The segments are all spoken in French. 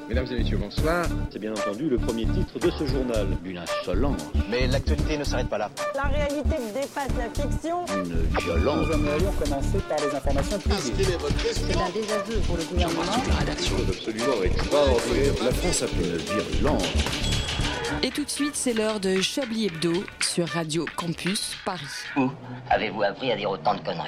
Mesdames et messieurs, bonsoir. C'est bien entendu le premier titre de ce journal. Une insolence. Mais l'actualité ne s'arrête pas là. La réalité dépasse la fiction. Une violence. Nous aimerions commencer par les informations privées. C'est un désaveu pour le gouvernement. Toute la rédaction est absolument extraordinaire. La France a fait une virulence. Et tout de suite, c'est l'heure de Chablis Hebdo sur Radio Campus Paris. Où avez-vous appris à dire autant de conneries ?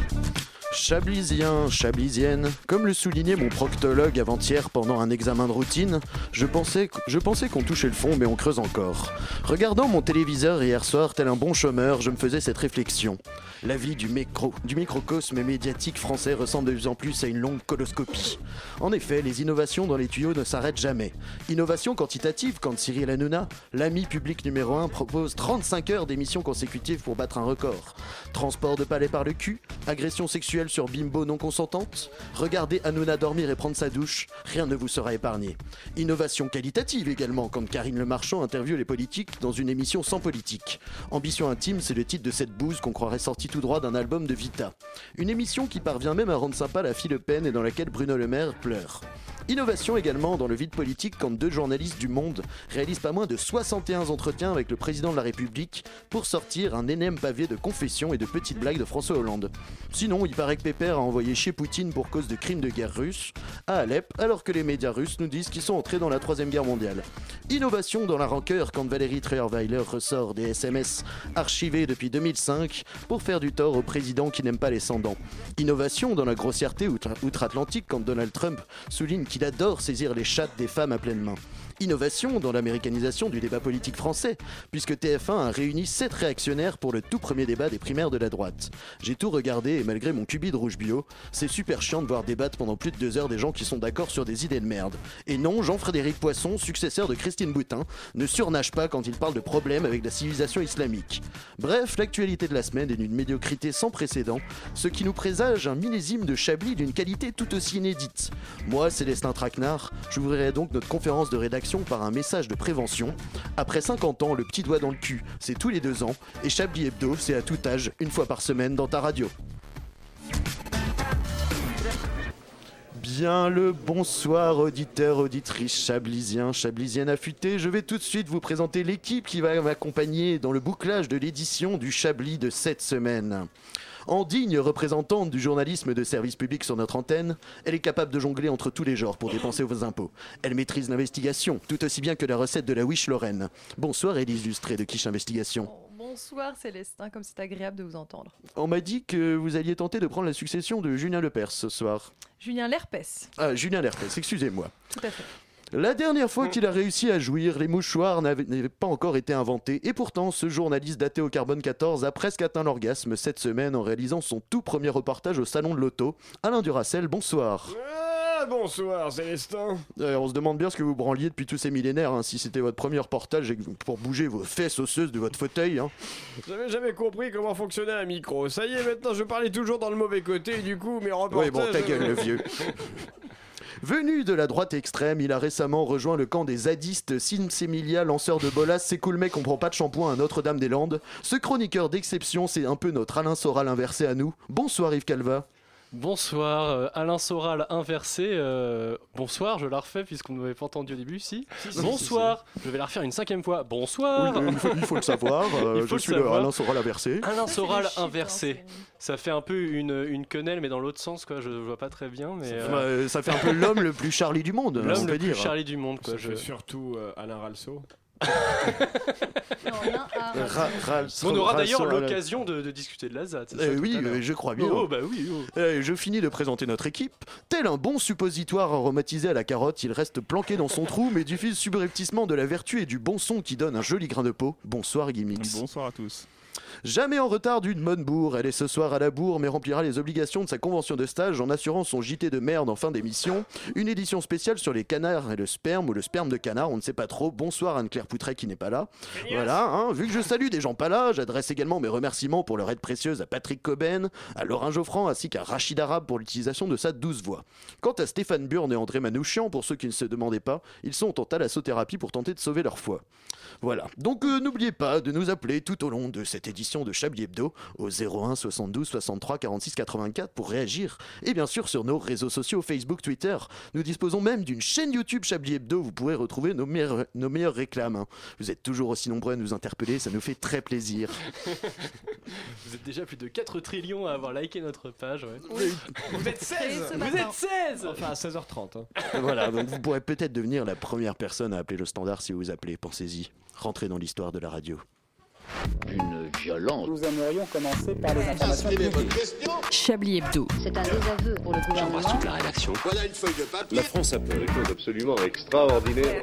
Chablisien, chablisienne, comme le soulignait mon proctologue avant-hier pendant un examen de routine, je pensais qu'on touchait le fond mais on creuse encore. Regardant mon téléviseur hier soir tel un bon chômeur, je me faisais cette réflexion. La vie du microcosme médiatique français ressemble de plus en plus à une longue coloscopie. En effet, les innovations dans les tuyaux ne s'arrêtent jamais. Innovation quantitative quand Cyril Hanouna, l'ami public numéro 1, propose 35 heures d'émissions consécutives pour battre un record. Transport de palais par le cul, agression sexuelle sur bimbo non consentante, regardez Hanouna dormir et prendre sa douche, rien ne vous sera épargné. Innovation qualitative également quand Karine Le Marchand interviewe les politiques dans une émission sans politique. Ambition intime, c'est le titre de cette bouse qu'on croirait sortie tout droit d'un album de Vita. Une émission qui parvient même à rendre sympa la fille Le Pen et dans laquelle Bruno Le Maire pleure. Innovation également dans le vide politique quand deux journalistes du Monde réalisent pas moins de 61 entretiens avec le président de la République pour sortir un énième pavé de confessions et de petites blagues de François Hollande. Sinon, il paraît que Pépère a envoyé chez Poutine pour cause de crimes de guerre russes à Alep, alors que les médias russes nous disent qu'ils sont entrés dans la 3e guerre mondiale. Innovation dans la rancœur quand Valérie Trierweiler ressort des SMS archivés depuis 2005 pour faire du tort au président qui n'aime pas les sans-dents. Innovation dans la grossièreté outre-Atlantique quand Donald Trump souligne qu'il adore saisir les chattes des femmes à pleine main. Innovation dans l'américanisation du débat politique français, puisque TF1 a réuni 7 réactionnaires pour le tout premier débat des primaires de la droite. J'ai tout regardé et malgré mon cubi de rouge bio, c'est super chiant de voir débattre pendant plus de 2 heures des gens qui sont d'accord sur des idées de merde. Et non, Jean-Frédéric Poisson, successeur de Christine Boutin, ne surnage pas quand il parle de problèmes avec la civilisation islamique. Bref, l'actualité de la semaine est d'une médiocrité sans précédent, ce qui nous présage un millésime de Chablis d'une qualité tout aussi inédite. Moi, Célestin Traquenard, j'ouvrirai donc notre conférence de rédaction par un message de prévention. Après 50 ans, le petit doigt dans le cul, c'est tous les 2 ans, et Chablis Hebdo, c'est à tout âge, une fois par semaine dans ta radio. Bien le bonsoir auditeurs, auditrices, chablisiens, chablisiennes affûtés. Je vais tout de suite vous présenter l'équipe qui va m'accompagner dans le bouclage de l'édition du Chablis de cette semaine. En digne représentante du journalisme de service public sur notre antenne, elle est capable de jongler entre tous les genres pour dépenser vos impôts. Elle maîtrise l'investigation, tout aussi bien que la recette de la Wish Lorraine. Bonsoir Élise Lustré de Quiche Investigation. Bonsoir Célestin, comme c'est agréable de vous entendre. On m'a dit que vous alliez tenter de prendre la succession de Julien Lepers ce soir. Julien Lerpès. Ah, Julien Lerpès, excusez-moi. Tout à fait. La dernière fois qu'il a réussi à jouir, les mouchoirs n'avaient pas encore été inventés. Et pourtant, ce journaliste daté au carbone 14 a presque atteint l'orgasme cette semaine en réalisant son tout premier reportage au Salon de l'Auto. Alain Duracell, bonsoir. Bonsoir Célestin. On se demande bien ce que vous branliez depuis tous ces millénaires, hein, si c'était votre premier reportage pour bouger vos fesses osseuses de votre fauteuil. Hein. J'avais jamais compris comment fonctionnait un micro. Ça y est, maintenant je parlais toujours dans le mauvais côté et du coup mes reportages... Oui, bon, ta gueule, le vieux. Venu de la droite extrême, il a récemment rejoint le camp des zadistes Sims-Emilia, lanceur de bolas, c'est cool mec, on prend pas de shampoing à Notre-Dame-des-Landes. Ce chroniqueur d'exception, c'est un peu notre Alain Soral inversé à nous. Bonsoir Yves Calva. Bonsoir, Alain Soral inversé. Bonsoir, je la refais puisqu'on ne m'avait pas entendu au début. Si. Bonsoir, je vais la refaire une 5e fois. Bonsoir. Oui, il faut le savoir. Je suis le Alain Soral inversé. Alain Soral inversé. Ça fait un peu une quenelle, mais dans l'autre sens, quoi. Je vois pas très bien, mais. Ça fait un peu l'homme le plus Charlie du monde. L'homme le plus Charlie du monde, quoi. Ça fait surtout Alain Ralso. On aura d'ailleurs l'occasion de discuter de la ZAD. Oui, je crois bien. Oh, bah oui. Je finis de présenter notre équipe. Tel un bon suppositoire aromatisé à la carotte, il reste planqué dans son trou, mais diffuse subrepticement de la vertu et du bon son qui donne un joli grain de peau. Bonsoir Gimmix. Bonsoir à tous. Jamais en retard d'une bonne bourre, elle est ce soir à la bourre mais remplira les obligations de sa convention de stage en assurant son JT de merde en fin d'émission. Une édition spéciale sur les canards et le sperme ou le sperme de canard, on ne sait pas trop. Bonsoir Anne-Claire Poutret qui n'est pas là. Voilà, hein, vu que je salue des gens pas là, j'adresse également mes remerciements pour leur aide précieuse à Patrick Coben, à Laurent Geoffrand ainsi qu'à Rachid Arabe pour l'utilisation de sa douce voix. Quant à Stéphane Burn et André Manouchian, pour ceux qui ne se demandaient pas, ils sont en thalassothérapie pour tenter de sauver leur foi. Voilà, donc n'oubliez pas de nous appeler tout au long de cette cette édition de Chablis Hebdo au 01 72 63 46 84 pour réagir. Et bien sûr sur nos réseaux sociaux, Facebook, Twitter. Nous disposons même d'une chaîne YouTube Chablis Hebdo où vous pourrez retrouver nos meilleures réclames. Hein. Vous êtes toujours aussi nombreux à nous interpeller, ça nous fait très plaisir. Vous êtes déjà plus de 4 trillions à avoir liké notre page. Ouais. Oui. Vous êtes 16. Vous êtes 16. Enfin à 16h30. Hein. Voilà, donc vous pourrez peut-être devenir la première personne à appeler le standard si vous appelez. Pensez-y. Rentrez dans l'histoire de la radio. Une violence. Nous aimerions commencer par les informations publiques. Chablis Hebdo. C'est un désaveu pour le gouvernement. J'embrasse toute la rédaction. Voilà une feuille de papier. La France a fait des choses absolument extraordinaires.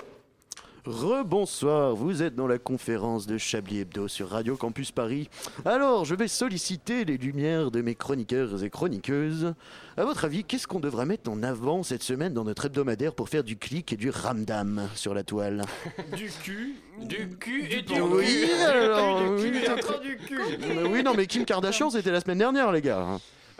Rebonsoir, vous êtes dans la conférence de Chablis Hebdo sur Radio Campus Paris. Alors, je vais solliciter les lumières de mes chroniqueurs et chroniqueuses. À votre avis, qu'est-ce qu'on devrait mettre en avant cette semaine dans notre hebdomadaire pour faire du clic et du ramdam sur la toile? Du cul et du Oui, alors, oui, non, mais Kim Kardashian, c'était la semaine dernière, les gars.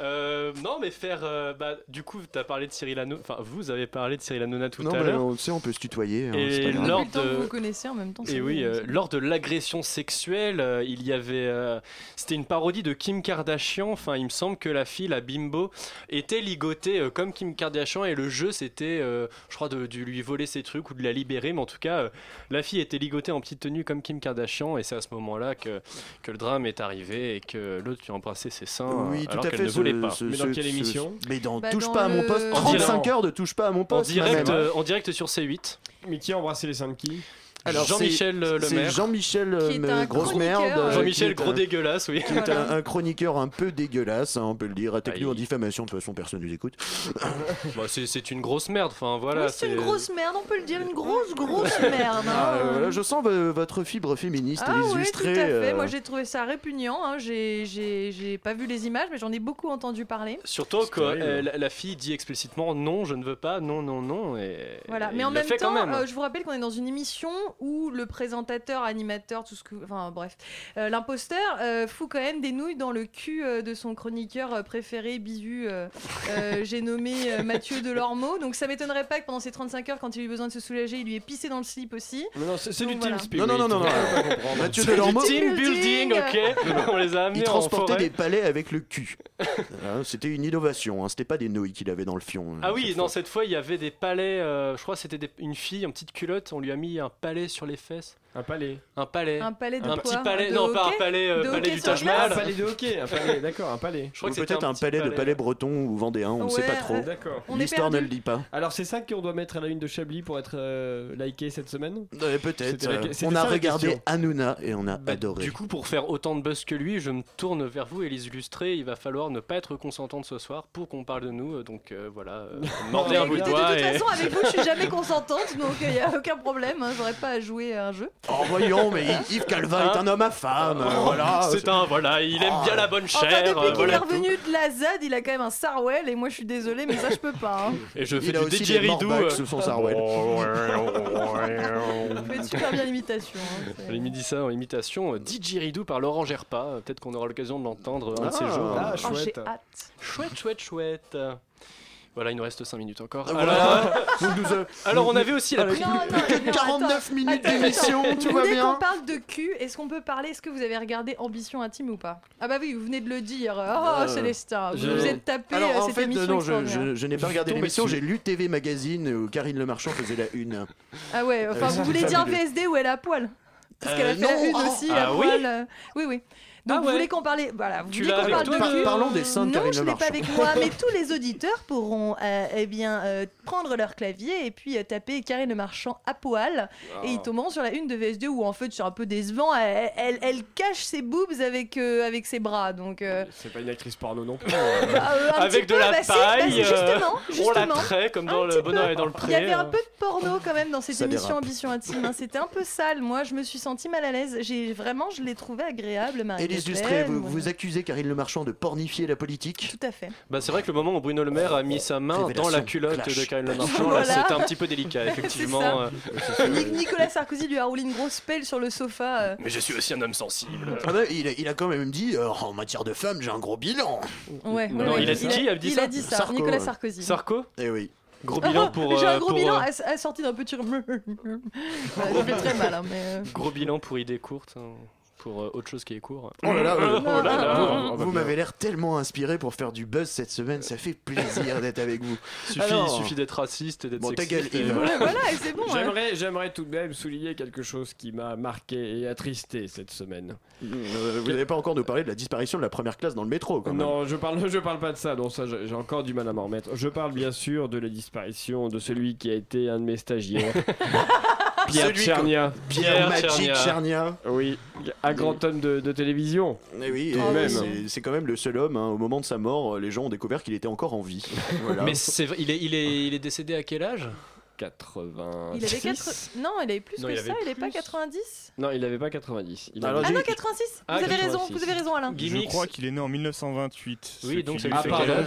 Non, mais faire. Du coup, t'as parlé de Cyril Hanouna. Enfin, vous avez parlé de Cyril Hanouna tout non, à l'heure. Non, on peut se tutoyer. Hein, et lors de. Vous connaissez en même temps. Et oui, lors de l'agression sexuelle, il y avait. C'était une parodie de Kim Kardashian. Enfin, il me semble que la fille, la bimbo, était ligotée comme Kim Kardashian. Et le jeu, c'était, je crois, de lui voler ses trucs ou de la libérer. Mais en tout cas, la fille était ligotée en petite tenue comme Kim Kardashian. Et c'est à ce moment-là que le drame est arrivé et que l'autre lui a embrassé ses seins. Oui, alors tout à qu'elle fait. ne voulait pas. Mais dans quelle émission? Mais touche pas à mon poste. 35 heures de touche pas à mon poste. En direct sur C8. Mais qui a embrassé les seins de qui? Alors, Jean-Michel Lemaire. Jean-Michel grosse merde. Jean-Michel gros dégueulasse, oui. Qui est un chroniqueur un peu dégueulasse, hein, on peut le dire. Attaque-nous en diffamation, de toute façon personne ne nous écoute. C'est une grosse merde, enfin voilà. Oui, c'est une grosse merde, on peut le dire, une grosse merde. Voilà, je sens votre fibre féministe illustrée. Oui, tout à fait. Moi j'ai trouvé ça répugnant. Hein. J'ai pas vu les images, mais j'en ai beaucoup entendu parler. Surtout que la fille dit explicitement non, je ne veux pas, non. Et voilà, mais en même temps, je vous rappelle qu'on est dans une émission où le présentateur, animateur, tout ce que, enfin bref, l'imposteur fout quand même des nouilles dans le cul de son chroniqueur préféré, Bisu, j'ai nommé Mathieu Delormeau. Donc ça m'étonnerait pas que pendant ces 35 heures, quand il a eu besoin de se soulager, il lui ait pissé dans le slip aussi. Non, c'est du voilà. team spirit. Non. Mathieu Delormeau. Team building, ok. On les a amenés il transportait en forêt. des palais avec le cul. C'était une innovation, hein. C'était pas des nouilles qu'il avait dans le fion. Ah oui, non, cette fois il y avait des palais, je crois que c'était une fille en petite culotte, on lui a mis un palais sur les fesses. Un palais. Un palais de un quoi? petit palais, non pas un palais, palais du Taj Mahal. Un palais de hockey, un palais, d'accord, un palais. Je crois que peut-être un palais de palais breton ou vendéen, on ne sait pas trop. D'accord. L'histoire ne le dit pas. Alors c'est ça qu'on doit mettre à la une de Chablis pour être liké cette semaine? Peut-être. On a regardé Hanouna et on a adoré. Du coup, pour faire autant de buzz que lui, je me tourne vers vous et les illustrer. Il va falloir ne pas être consentante ce soir pour qu'on parle de nous. Donc voilà, mordez un bout de doigt. De toute façon, avec vous, je suis jamais consentante, donc il n'y a aucun problème. Hein, j'aurais pas à jouer à un jeu. Oh voyons, mais Yves Calvin est un homme à femme. Voilà. Il aime bien la bonne chair. Enfin, depuis qu'il est revenu de la ZAD, il a quand même un Sarwell et moi je suis désolée, mais ça je peux pas. Hein. Et je fais du didgeridoo sous son Sarwell. Vous faites super bien l'imitation. Hein, il dit ça en imitation didgeridoo par Laurent Gerpa. Peut-être qu'on aura l'occasion de l'entendre un de ces jours. Ah, chouette. J'ai hâte. Chouette. Voilà, il nous reste 5 minutes encore. Alors on avait aussi la 49 minutes d'émission, tout va bien. Dès qu'on parle de cul, est-ce qu'on peut parler, est-ce que vous avez regardé Ambition Intime ou pas? Ah bah oui, vous venez de le dire. Oh Célestin, vous vous êtes tapé cette émission. Je n'ai pas regardé l'émission, j'ai lu TV Magazine où Karine Le Marchand faisait la une. Ah ouais, enfin vous voulez dire VSD où elle est à poil? Parce qu'elle a fait la une aussi à poil. Oui. Donc vous voulez qu'on parle, voilà, vous voulez qu'on parle de cul. Parlons des seins de Karine Le Marchand. Non, je l'ai pas avec moi, mais tous les auditeurs pourront prendre leur clavier et puis taper Karine Le Marchand à poil et ils tomberont sur la une de VS2 où en fait c'est un peu décevant. Elle cache ses boobs avec ses bras, donc. C'est pas une actrice porno non plus. Avec de la paille. Justement. On la trait comme dans Le Bonheur et dans le Pré. Il y avait un peu de porno quand même dans cette émission Ambition Intime. C'était un peu sale. Moi, je me suis sentie mal à l'aise. Je l'ai trouvé agréable. Élise Lustré, vous accusez Karine Le Marchand de pornifier la politique? Tout à fait. C'est vrai que le moment où Bruno Le Maire a mis sa main dans la culotte de Karine Le Marchand, là, c'était un petit peu délicat, effectivement. Nicolas Sarkozy lui a roulé une grosse pelle sur le sofa. Mais je suis aussi un homme sensible. Il a quand même dit en matière de femmes, j'ai un gros bilan. Ouais. Non, il a dit ça. Il a dit ça. Nicolas Sarkozy. Sarko. Eh oui. Gros bilan pour. J'ai un gros bilan assorti d'un petit. Ça fait très mal, hein, mais. Gros bilan pour idée courte. pour autre chose qui est court. Oh là là, vous m'avez l'air tellement inspiré pour faire du buzz cette semaine, ça fait plaisir d'être avec vous. Suffit d'être raciste et d'être bon, sexiste. Ta gueule, voilà, et c'est bon. J'aimerais tout de même souligner quelque chose qui m'a marqué et attristé cette semaine. Vous n'avez pas encore nous parlé de la disparition de la première classe dans le métro, quand même. Non, je parle pas de ça. Non, ça, j'ai encore du mal à m'en remettre. Je parle bien sûr de la disparition de celui qui a été un de mes stagiaires. Pierre Tchernia. Pierre Magic Tchernia. Oui, un grand homme de télévision. Et oui, c'est quand même le seul homme, au moment de sa mort, les gens ont découvert qu'il était encore en vie. Voilà. Mais il est décédé à quel âge ? 80. Il avait Non, il avait plus que ça, il avait pas 90 ? Non, il avait pas 90. Non, 86 Vous avez raison, Alain. Je crois qu'il est né en 1928. Oui, donc ça lui fait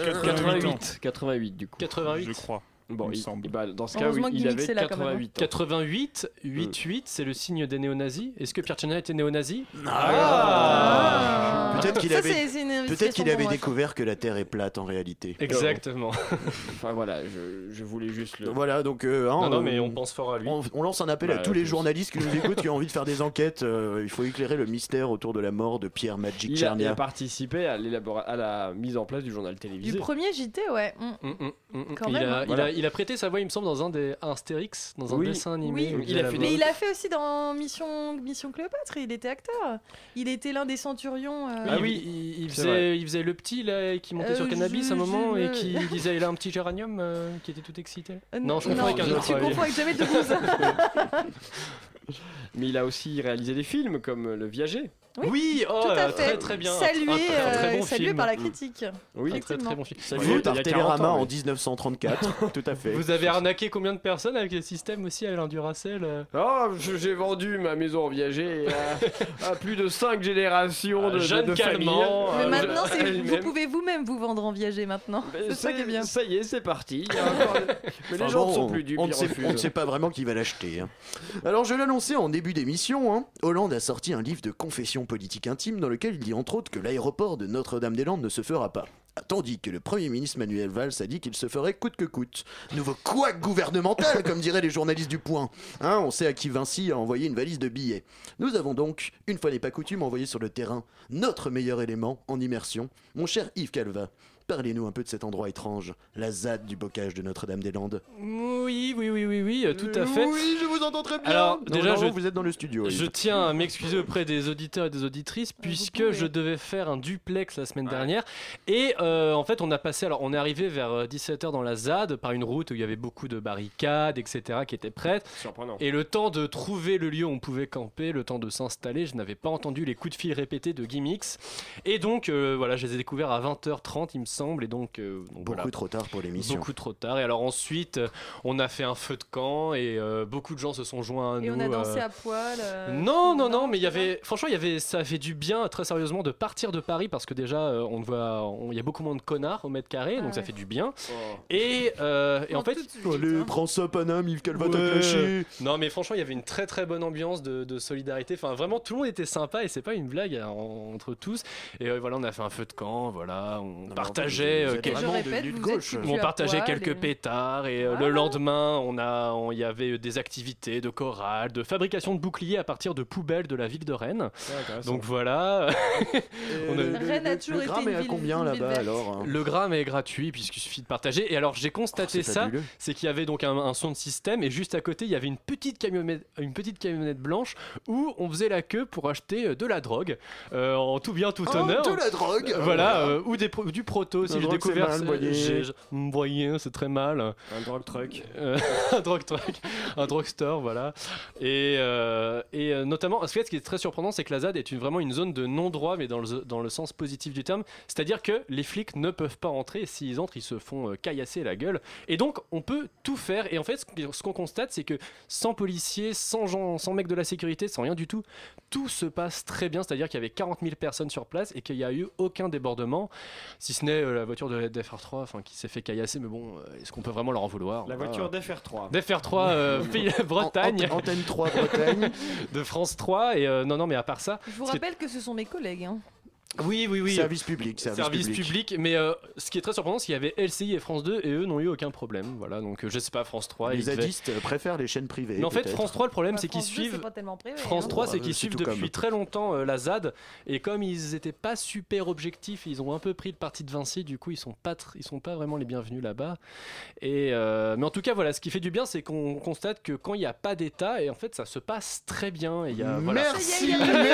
88 du coup. 88 je crois. Bon, il semble. Dans ce cas, oui, il avait 88 ans. 88, 88, c'est le signe des néo-nazis. Est-ce que Pierre Tchernia était néo-nazi ? Peut-être qu'il avait découvert que la Terre est plate en réalité. Exactement. Enfin voilà, je voulais juste le... Voilà, donc... non, mais on pense fort à lui. On lance un appel à tous les journalistes qui nous écoutent, qui ont envie de faire des enquêtes. Il faut éclairer le mystère autour de la mort de Pierre Magic Tchernia. Il a participé à la mise en place du journal télévisé. Du premier JT, ouais. Quand même. Il a prêté sa voix, il me semble, dans un des Astérix, dans un dessin animé. Oui. Mais il a fait aussi dans Mission Cléopâtre, il était acteur. Il était l'un des centurions. Il faisait le petit là, qui montait sur cannabis à un moment et qui disait il a un petit géranium qui était tout excité. Non, je confonds avec un autre. Tu confonds avec Jamel Debbouze. Mais il a aussi réalisé des films comme Le Viager. Oui, tout à fait. Très très bien. Salué par la critique. Oui, un très très bon film. Salué par Télérama en 1934. Tout à fait. Vous avez arnaqué combien de personnes avec les systèmes aussi, Alain Duracell ? J'ai vendu ma maison en Viager à plus de 5 générations de familles. Mais maintenant, vous pouvez vous-même vous vendre en Viager maintenant. C'est ça qui est bien. Ça y est, c'est parti. Mais les gens ne sont plus dupes. On ne sait pas vraiment qui va l'acheter. Alors, je l'annonçais en début d'émission, Hollande a sorti un livre de confessions politique intime dans lequel il dit entre autres que l'aéroport de Notre-Dame-des-Landes ne se fera pas. Tandis que le Premier ministre Manuel Valls a dit qu'il se ferait coûte que coûte. Nouveau couac gouvernemental, comme diraient les journalistes du Point. On sait à qui Vinci a envoyé une valise de billets. Nous avons donc, une fois n'est pas coutume, envoyé sur le terrain notre meilleur élément en immersion, mon cher Yves Calva. Parlez-nous un peu de cet endroit étrange, la ZAD du bocage de Notre-Dame-des-Landes. Oui, tout à fait. Oui, je vous entends très bien. Alors, déjà, vous êtes dans le studio. Je tiens à m'excuser auprès des auditeurs et des auditrices, puisque je devais faire un duplex la semaine dernière. Et en fait, on est arrivé vers 17h dans la ZAD, par une route où il y avait beaucoup de barricades, etc., qui étaient prêtes. Surprenant. Et le temps de trouver le lieu où on pouvait camper, le temps de s'installer, je n'avais pas entendu les coups de fil répétés de Gimmicks. Et donc, je les ai découverts à 20h30, il me semble. Et donc beaucoup trop tard pour l'émission. Beaucoup trop tard. Et alors ensuite, on a fait un feu de camp et beaucoup de gens se sont joints à nous. Et on a dansé à poil. Non, mais franchement, ça a fait du bien, très sérieusement, de partir de Paris parce que déjà, il y a beaucoup moins de connards au mètre carré, donc ça fait du bien. Et en fait, allez, prends ça, Paname, Yves Calva t'a clashé. Non, mais franchement, il y avait une très très bonne ambiance de solidarité. Enfin, vraiment, tout le monde était sympa et c'est pas une blague entre tous. Et on a fait un feu de camp. Voilà, on partageait. On partageait quelques pétards et le lendemain il y avait des activités de chorale, de fabrication de boucliers à partir de poubelles de la ville de Rennes. Donc voilà. Le gramme est à combien là-bas alors? Le gramme est gratuit puisqu'il suffit de partager. Et alors j'ai constaté c'est qu'il y avait donc un son de système et juste à côté il y avait une petite camionnette blanche où on faisait la queue pour acheter de la drogue en tout bien tout honneur. De la drogue. Voilà, ou du proto. Si j'ai découvert c'est très mal. Un drug truck. Un drugstore, voilà. Et notamment, ce qui est très surprenant, c'est que la ZAD est vraiment une zone de non-droit, mais dans le sens positif du terme. C'est-à-dire que les flics ne peuvent pas entrer, et s'ils entrent, ils se font caillasser la gueule. Et donc, on peut tout faire. Et en fait, ce qu'on constate, c'est que sans policiers, sans mecs de la sécurité, sans rien du tout, tout se passe très bien. C'est-à-dire qu'il y avait 40 000 personnes sur place et qu'il n'y a eu aucun débordement, si ce n'est la voiture de d'FR3 qui s'est fait caillasser, mais bon, est-ce qu'on peut vraiment leur en vouloir? La voiture d'FR3. d'FR3, Bretagne. Antenne 3 Bretagne. De France 3, et non, mais à part ça. Je vous rappelle que ce sont mes collègues. Oui. Service public. Mais ce qui est très surprenant, c'est qu'il y avait LCI et France 2 et eux n'ont eu aucun problème. Voilà, donc je sais pas, France 3. Les zadistes préfèrent les chaînes privées. Mais en fait, France 3, le problème, c'est qu'ils suivent. France 3, c'est qu'ils suivent depuis très longtemps la ZAD. Et comme ils étaient pas super objectifs, ils ont un peu pris le parti de Vinci. Du coup, ils sont pas vraiment les bienvenus là-bas. Et mais en tout cas, voilà, ce qui fait du bien, c'est qu'on constate que quand il n'y a pas d'État, et en fait, ça se passe très bien. Et Merci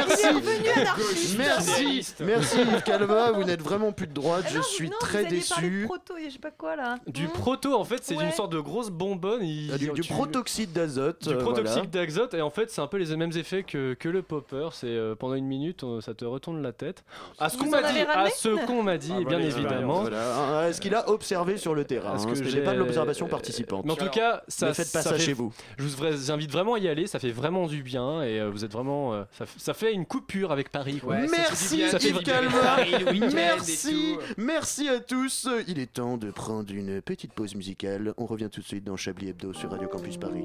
Yves Calva, vous n'êtes vraiment plus de droite, je suis très déçu. Je sais pas quoi là. Du proto, en fait, c'est une sorte de grosse bonbonne. Du protoxyde d'azote. Du protoxyde d'azote, et en fait, c'est un peu les mêmes effets que le popper. C'est pendant une minute, ça te retourne la tête. À ce qu'on m'a dit, bien évidemment. Est-ce qu'il a observé sur le terrain? Ce n'est pas de l'observation participante. Mais en tout cas, ne faites pas ça chez vous. Je vous invite vraiment à y aller, ça fait vraiment du bien, et vous êtes vraiment. Ça fait une coupure avec Paris. Ouais, merci Yves Calva. Merci à tous. Il est temps de prendre une petite pause musicale. On revient tout de suite dans Chablis Hebdo sur Radio Campus Paris.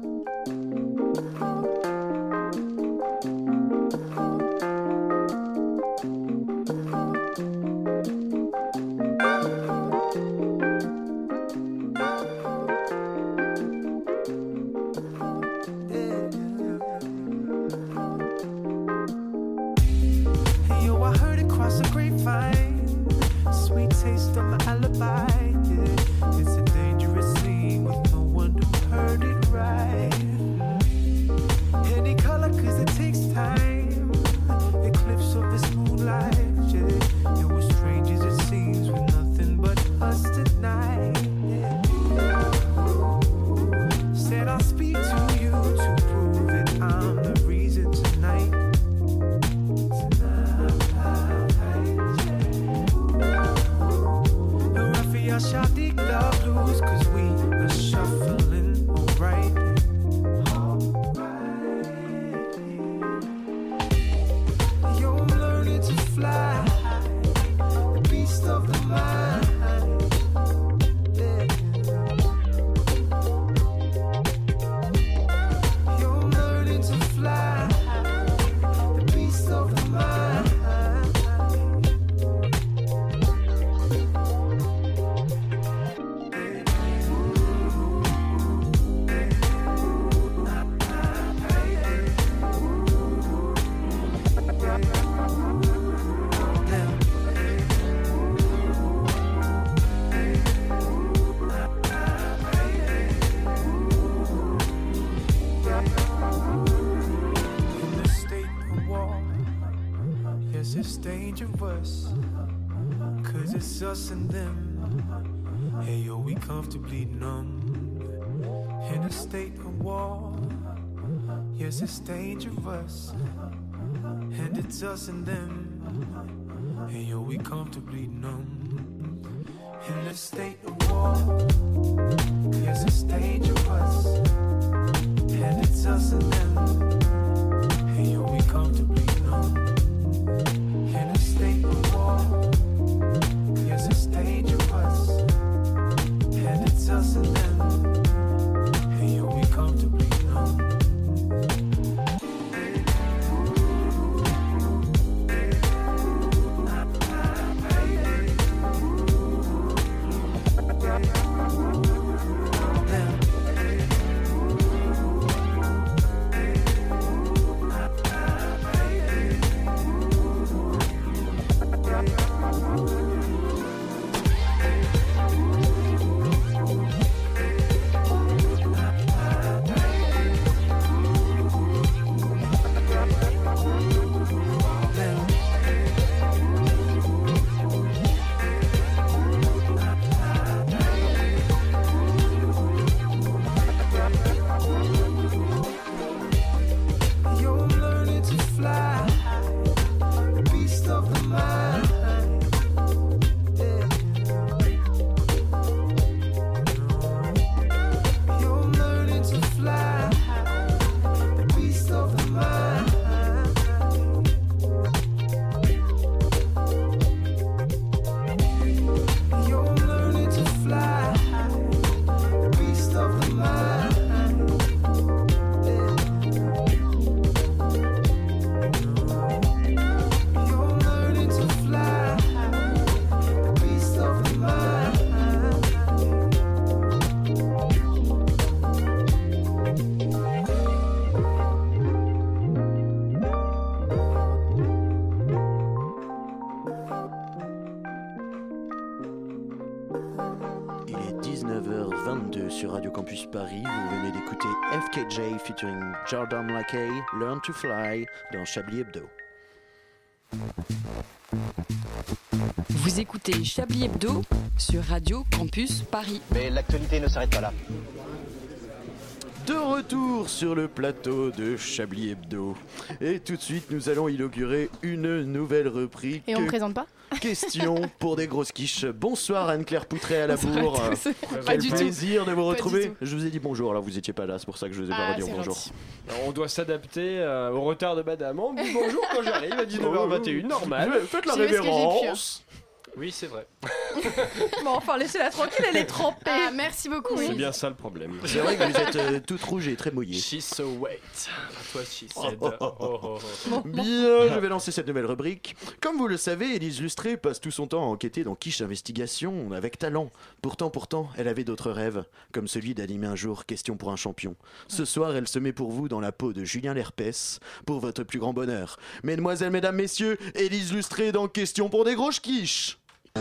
It's dangerous, and it's us and them. Hey yo, we comfortably numb in a state of war. Yes, it's dangerous, and it's us and them. Hey yo, we comfortably numb in a state of war. Yes, it's dangerous, and it's us and them. Hey yo, we comfortably numb. Now Campus Paris. Vous venez d'écouter FKJ featuring Jordan Lakey, Learn to Fly dans Chablis Hebdo. Vous écoutez Chablis Hebdo sur Radio Campus Paris. Mais l'actualité ne s'arrête pas là. De retour sur le plateau de Chablis Hebdo. Et tout de suite, nous allons inaugurer une nouvelle rubrique. Et on ne présente pas ? Question pour des grosses quiches. Bonsoir Anne-Claire Poutré à la bourre. Pas du plaisir tout. de vous retrouver. Tout. Je vous ai dit bonjour, alors vous étiez pas là, c'est pour ça que je vous ai pas redire bonjour. Alors, on doit s'adapter au retard de madame. On me dit bonjour quand j'arrive à 19h21, normal. Faites la révérence. Oui, c'est vrai. Bon, enfin, laissez-la tranquille, elle est trempée. Ah, merci beaucoup. C'est bien ça le problème. C'est vrai que vous êtes toute rouge et très mouillée. She's so wet. À toi, she said. Bien, je vais lancer cette nouvelle rubrique. Comme vous le savez, Élise Lustré passe tout son temps à enquêter dans Quiche Investigation avec talent. Pourtant, elle avait d'autres rêves, comme celui d'animer un jour Question pour un champion. Ce soir, elle se met pour vous dans la peau de Julien Lerpès, pour votre plus grand bonheur. Mesdemoiselles, mesdames, messieurs, Élise Lustré dans Question pour des grosses quiches.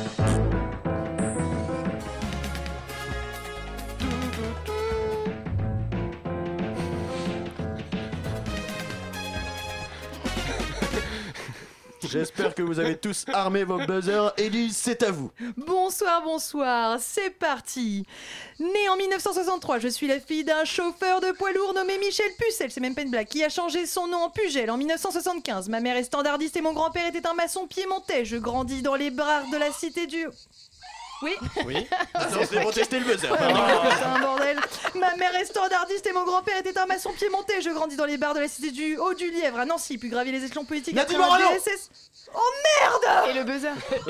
J'espère que vous avez tous armé vos buzzers. Élise, c'est à vous. Bonsoir, c'est parti. Née en 1963, je suis la fille d'un chauffeur de poids lourd nommé Michel Pucelle, c'est même pas une blague, qui a changé son nom en Pugel en 1975. Ma mère est standardiste et mon grand-père était un maçon piémontais. Je grandis dans les bars de la cité du... Oui. Attends, c'est pour tester le buzzer. C'est un bordel. Ma mère est standardiste et mon grand-père était un maçon piémontais. Je grandis dans les bars de la cité du Haut-du-Lièvre à Nancy, puis gravi les échelons politiques. Nadine après un Morano. DSS. Oh merde! Et le buzzer.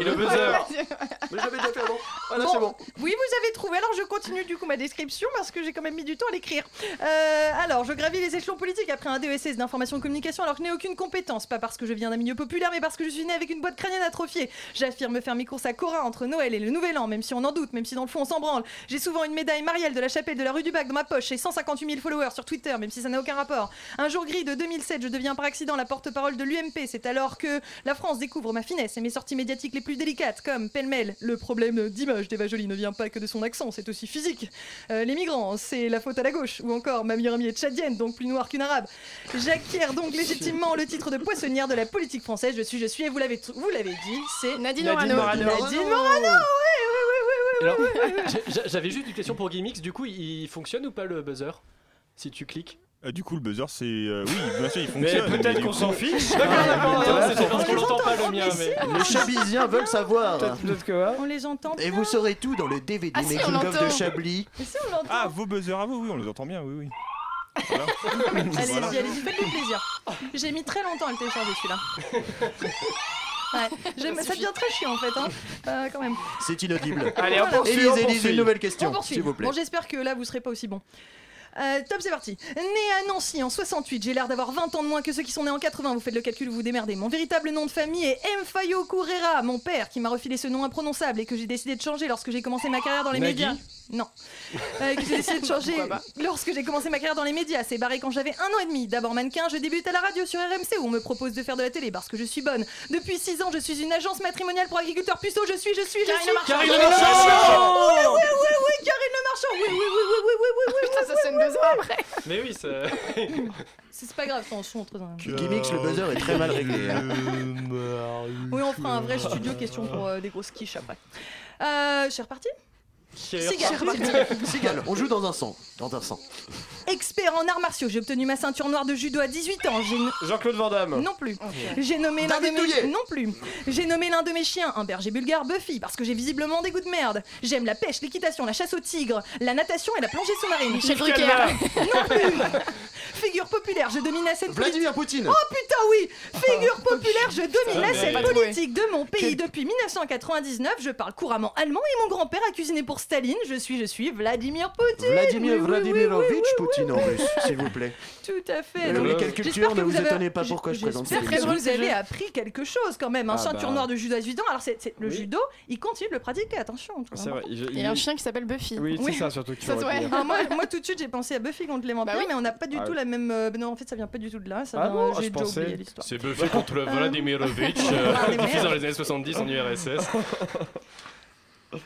Mais j'avais déjà fait avant. Voilà, c'est bon. Oui, vous avez trouvé. Alors je continue du coup ma description parce que j'ai quand même mis du temps à l'écrire. Alors, je gravis les échelons politiques après un DESS d'information et de communication alors que je n'ai aucune compétence. Pas parce que je viens d'un milieu populaire, mais parce que je suis née avec une boîte crânienne atrophiée. J'affirme faire mes courses à Cora entre Noël et le Nouvel An, même si on en doute, même si dans le fond on s'en branle. J'ai souvent une médaille Marielle de la chapelle de la rue du Bac dans ma poche et 158 000 followers sur Twitter, même si ça n'a aucun rapport. Un jour gris de 2007, je deviens par accident la porte-parole de l'UMP. C'est alors que la France découvre ma finesse et mes sorties médiatiques les plus délicates, comme pêle-mêle. Le problème d'image d'Eva Joly ne vient pas que de son accent, c'est aussi physique. Les migrants, c'est la faute à la gauche. Ou encore, ma meilleure amie est tchadienne, donc plus noire qu'une arabe. J'acquiers donc légitimement le titre de poissonnière de la politique française. Je suis, et vous l'avez dit, c'est Nadine Morano. Nadine Morano, oui. Alors, j'avais juste une question pour Gimmix. Du coup, il fonctionne ou pas le buzzer si tu cliques? Du coup, le buzzer, c'est. Oui, bien sûr, il fonctionne. Mais peut-être du qu'on coup- s'en fiche. D'accord, c'est parce qu'on l'entend pas le mien. Mais... Les Chabisiens veulent savoir. Peut-être que ouais. On les entend bien. Et vous saurez tout dans le DVD Ah si, Making on of de l'entend. Chablis. Mais si, on l'entend. Ah, vos buzzers à vous, oui, on les entend bien, oui. Voilà. Allez-y, faites-lui plaisir. J'ai mis très longtemps à le télécharger celui-là. Ouais, ça devient très chiant en fait, quand même. C'est inaudible. Allez, on poursuit. Élise, une nouvelle On question, poursuit. s'il vous plaît. Bon, j'espère que là vous serez pas aussi bon. Top, c'est parti. Né à Nancy en 68, j'ai l'air d'avoir 20 ans de moins que ceux qui sont nés en 80. Vous faites le calcul, vous vous démerdez. Mon véritable nom de famille est Mfayo Kourera. Mon père qui m'a refilé ce nom imprononçable et que j'ai décidé de changer lorsque j'ai commencé ma carrière dans les Nagui. médias. Non. Que j'ai décidé de changer lorsque j'ai commencé ma carrière dans les médias. C'est barré quand j'avais 1 an et demi. D'abord mannequin, je débute à la radio sur RMC où on me propose de faire de la télé parce que je suis bonne. Depuis 6 ans, je suis une agence matrimoniale pour agriculteurs puceaux. Je suis. Karine Oui, Karine Le Marchand. Oui. Putain, ça sonne 2 ans après. Mais oui, ça. C'est pas grave, on son très. Gimmix, le buzzer est très mal réglé. Oui, on fera un vrai studio question pour des grosses quiches après. C'est reparti. Sigal, on joue dans un sang. Expert en arts martiaux, j'ai obtenu ma ceinture noire de judo à 18 ans. Jean-Claude Van Damme. Non plus. J'ai nommé l'un de David Douillet. mes... Non plus. J'ai nommé l'un de mes chiens un berger bulgare Buffy parce que j'ai visiblement des goûts de merde. J'aime la pêche, l'équitation, la chasse au tigre, la natation et la plongée sous-marine. Michel Drucker. Non plus. Figure populaire, je domine la scène politique. Vladimir Poutine. Oh putain oui. Figure populaire, je domine la scène bien. politique de mon pays depuis 1999. Je parle couramment allemand et mon grand-père a cuisiné pour Staline. Je suis Vladimir Poutine. Vladimir Oui, oui, Vladimirovitch oui, oui, Poutine en russe, s'il vous plaît. Tout à fait. Mais Donc, quelle j'espère culture, que ne vous avez- étonnez pas pourquoi je présente cette J'espère que émission. vous avez appris quelque chose quand même. Un Ah ceinture bah. noire de judo à 18 ans. Alors le Oui. judo, il continue de le pratiquer. Attention. C'est vrai. Et un chien qui s'appelle Buffy. Oui, c'est Oui. ça surtout que tu Ça, aurais ouais. pu dire. Alors, moi tout de suite j'ai pensé à Buffy contre les vampires, Bah oui. mais on n'a pas du Ah tout oui. la même. Non, en fait ça vient pas du tout de là. Ça Ah vient, bon, j'ai je déjà pensais. oublié l'histoire. C'est Buffy contre Vladimirovitch, Vladimir. diffusé dans les années 70 en URSS.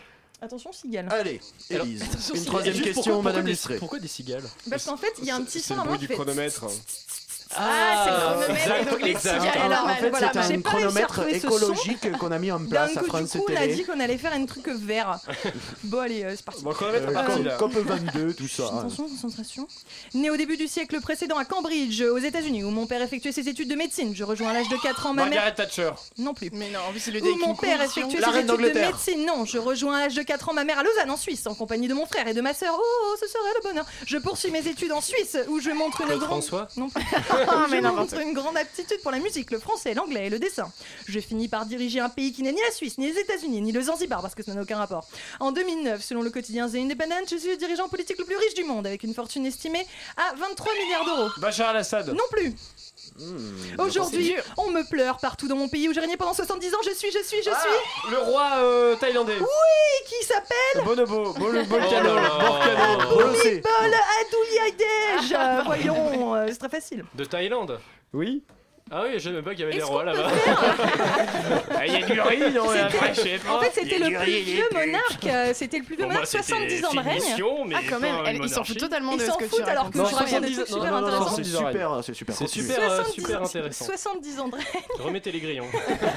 Attention, cigale. Allez, Élise, Attention, une cigale. troisième question, Madame Lustré. Pourquoi des cigales? Parce qu'en fait, il y a un petit C'est son le à bruit qui du fait chronomètre. c'est le chronomètre. Donc les cigales, Alors, en fait, voilà, c'est j'ai un pas réussi à chronomètre retrouver ce écologique qu'on a mis en D'un place à coup, France du coup, on a Télé. dit qu'on allait faire un truc vert. Bon, allez, c'est parti. Bon, chronomètre parti là. COP 22, tout ça. Attention, concentration. Né au début du siècle précédent à Cambridge, aux États-Unis, où mon père effectuait ses études de médecine. Je rejoins à l'âge de 4 ans ma mère. Margaret Thatcher. Non plus. Mais non, en plus, c'est le Où mon père effectuait La ses reine études de d'Angleterre. médecine. Non, je rejoins à l'âge de 4 ans ma mère à Lausanne, en Suisse, en compagnie de mon frère et de ma sœur. Oh, ce serait le bonheur. Je poursuis mes études en Suisse, où je montre une Claude grande. François. Non, pas. mais Je n'importe montre une grande aptitude pour la musique, le français, l'anglais et le dessin. Je finis par diriger un pays qui n'est ni la Suisse, ni les États-Unis, ni le Zanzibar, parce que ça n'a aucun rapport. En 2009, selon le quotidien The Independent, je suis le dirigeant politique le plus riche du monde, avec une fortune estimée à 23 milliards d'euros. Bachar al-Assad. Non plus. Aujourd'hui, on me pleure partout dans mon pays où j'ai régné pendant 70 ans. Je suis. Le roi thaïlandais. Oui, qui s'appelle Bonobo. Volcano. Bolossé. Bol Adouliadej. Voyons, c'est très facile. De Thaïlande. Oui. Ah oui, je savais même pas qu'il y avait des Est-ce rois qu'on peut là-bas. Il y a du riz, non? Après, je sais pas. En fait, c'était le plus vieux monarque. C'était le plus vieux monarque, 70 ans de règne. Ah, quand même, ils s'en foutent totalement Ils de ce s'en que tu foutent alors racontes. que je raconte des trucs super intéressants. C'est super, c'est super. C'est super, 70 super intéressant. 70 ans de règne. Remettez les grillons.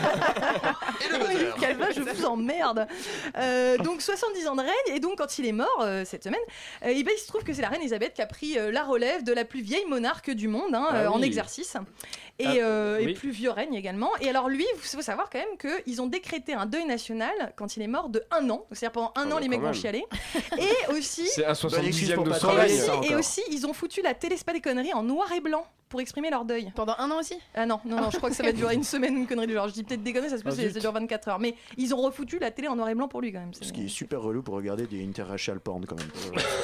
Calva, je vous emmerde. Donc 70 ans de règne, et donc quand il est mort cette semaine, il se trouve que c'est la reine Elisabeth qui a pris la relève de la plus vieille monarque du monde en exercice. Et plus vieux règne également. Et alors lui, il faut savoir quand même qu'ils ont décrété un deuil national quand il est mort de 1 an. C'est-à-dire pendant un an, les mecs vont chialer. Et aussi... C'est un 70e de son et règne. aussi, et aussi, ils ont foutu la télé, c'est pas des conneries, en noir et blanc pour exprimer leur deuil. Pendant 1 an aussi? Ah non, je crois que ça va durer une semaine, une connerie du genre. Je dis peut-être des conneries, ça se peut, ça dure 24 heures. Mais ils ont refoutu la télé en noir et blanc pour lui quand même. Ce qui est super relou pour regarder des interracial porn quand même.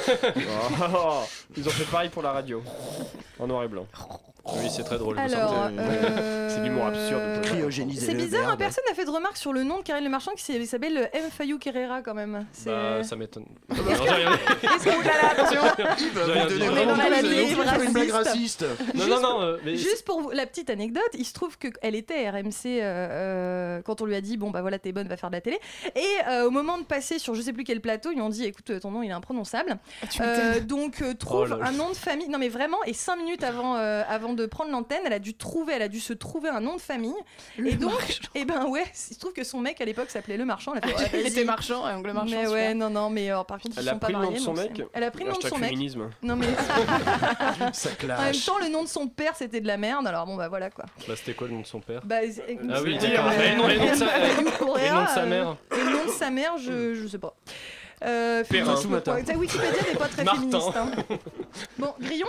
Ils ont fait pareil pour la radio. En noir et blanc. Oui, c'est très drôle. Alors, c'est l'humour absurde. Cryogéniser c'est le bizarre, verbe. personne n'a fait de remarque sur le nom de Karine Le Marchand qui s'appelle M. Fayou Carrera quand même. Bah, ça m'étonne. Est-ce que attention, On est dans la ligne une blague raciste. Non, mais juste pour la petite anecdote, il se trouve qu'elle était RMC quand on lui a dit bon bah voilà t'es bonne, va faire de la télé. Et au moment de passer sur je sais plus quel plateau, ils lui ont dit écoute ton nom il est imprononçable. Donc trouve un nom de famille. Non mais vraiment, et 5 minutes avant de prendre l'antenne, elle a dû se trouver un nom de famille. Et donc, et ben ouais, il se trouve que son mec à l'époque s'appait Le Marchand. Elle a fait, Il était marchand, ongle marchand. mais ouais, non, mais par contre, ils sont pas mariés. Elle a pris le nom de son mec. Elle a pris le nom de son mec. Féminisme. Non mais Ça clash. en même temps, le nom de son père c'était de la merde. Alors bon bah voilà quoi. Bah c'était quoi le nom de son père? Bah, ah oui, d'accord. Et le nom de sa mère. Et le nom de sa mère, je sais pas. Perrin. Wikipédia n'est pas très féministe. Hein. Bon, Grillon.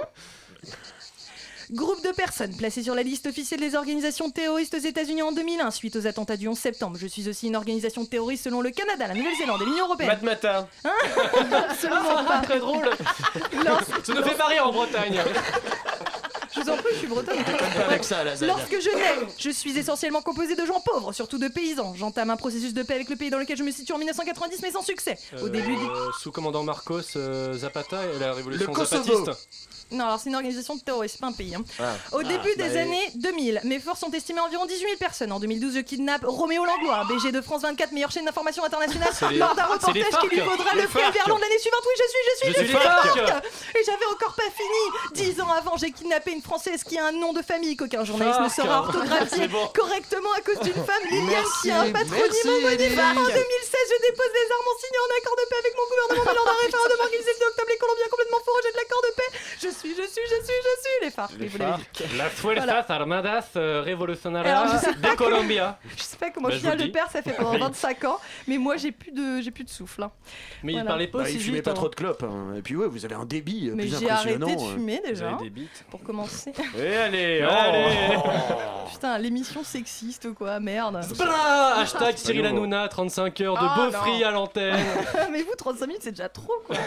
Groupe de personnes placées sur la liste officielle des organisations terroristes aux États-Unis en 2001 suite aux attentats du 11 septembre. Je suis aussi une organisation terroriste selon le Canada, la Nouvelle-Zélande et l'Union européenne. Matmata. Absolument pas. Très drôle. Ça nous fait marrer en Bretagne. Je vous en prie, je suis bretonne. Lorsque je nais, je suis essentiellement composé de gens pauvres, surtout de paysans. J'entame un processus de paix avec le pays dans lequel je me situe en 1990, mais sans succès. Au début sous commandant Marcos Zapata et la révolution Kosovo. zapatiste. Non, alors c'est une organisation terroriste, pas un pays. Hein. Au début bah des années 2000, mes forces sont estimées à environ 18 000 personnes. En 2012, je kidnappe Roméo Langlois, un BG de France 24, meilleure chaîne d'information internationale, lors d'un reportage qui lui vaudra le prix Verlan de l'année suivante. Oui, je suis les FARC. Et j'avais encore pas fini. 10 ans avant, j'ai kidnappé une Française qui a un nom de famille qu'aucun journaliste ne saura orthographier correctement à cause d'une femme, Liliane, qui a un patronyme homonyme. En 2016, je dépose les armes en signant un accord de paix avec mon gouvernement, mais lors d'un référendum organisé le 2 octobre, les Colombiens complètement faux rejettent l'accord de paix. Je suis les FARC. Les FARC. La Fuerzas Armadas Revolucionarias Alors, je sais pas de Colombia. Je sais pas comment Julien Le Père ça fait pendant 25 ans, mais moi j'ai plus de souffle. Hein. Mais il parlait pas aussi il vite. fumait pas trop de clopes. Hein. Et puis ouais, vous avez un débit mais plus j'ai impressionnant. arrêté de fumer déjà. Vous avez des bites. Pour commencer. Et allez. Putain, l'émission sexiste quoi, merde. Hashtag Cyril Hanouna, 35 heures de Beaufry à l'antenne. Mais vous, 35 minutes c'est déjà trop quoi.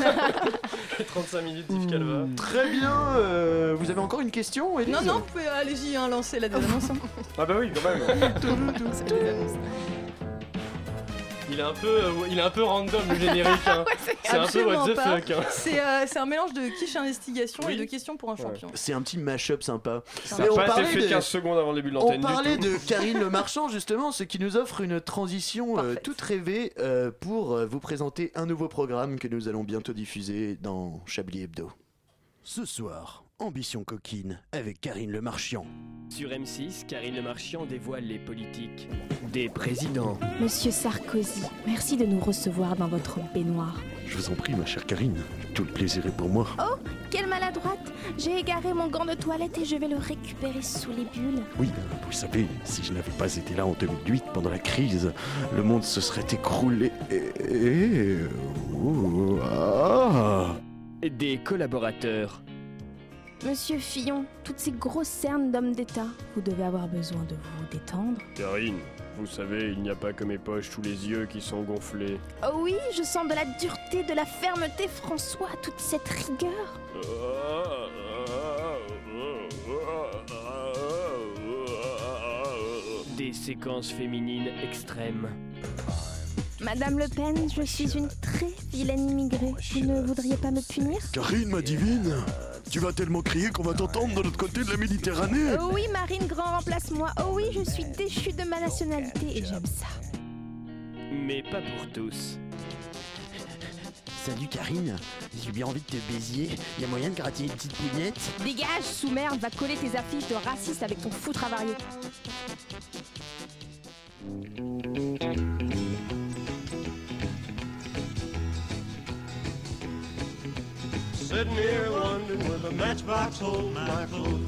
35 minutes d'Yves Calva. Très bien. Vous avez encore une question, Élise? Non, vous pouvez allez-y lancer la annonce. Ah bah oui, quand même. Il est un peu random le générique. Hein. C'est un peu what the fuck. Hein. C'est un mélange de quiche investigation et de questions pour un champion. C'est un petit mash-up sympa. Ça n'a pas été fait 15 secondes avant le début de l'antenne. On parlait de Karine Le Marchand justement, ce qui nous offre une transition toute rêvée pour vous présenter un nouveau programme que nous allons bientôt diffuser dans Chablis Hebdo. Ce soir, Ambition coquine avec Karine Le Marchand. Sur M6, Karine Le Marchand dévoile les politiques des présidents. Monsieur Sarkozy, merci de nous recevoir dans votre baignoire. Je vous en prie, ma chère Karine, tout le plaisir est pour moi. Oh, quelle maladroite! J'ai égaré mon gant de toilette et je vais le récupérer sous les bulles. Oui, vous savez, si je n'avais pas été là en 2008 pendant la crise, le monde se serait écroulé Des collaborateurs. Monsieur Fillon, toutes ces grosses cernes d'hommes d'État, vous devez avoir besoin de vous détendre. Karine, vous savez, il n'y a pas que mes poches sous les yeux qui sont gonflés. Oh oui, je sens de la dureté, de la fermeté, François, toute cette rigueur. Des séquences féminines extrêmes. Madame Le Pen, je suis une très vilaine immigrée. Vous ne voudriez pas me punir? Karine, ma divine, tu vas tellement crier qu'on va t'entendre de l'autre côté de la Méditerranée. Oh oui, Marine, grand remplace-moi. Oh oui, je suis déchue de ma nationalité et j'aime ça. Mais pas pour tous. Salut Karine, j'ai bien envie de te baiser. Y a moyen de gratter une petite pougnette? Dégage, sous-merde, va coller tes affiches de raciste avec ton fou travaillé. Sitting here wondering will the matchbox hold my clothes?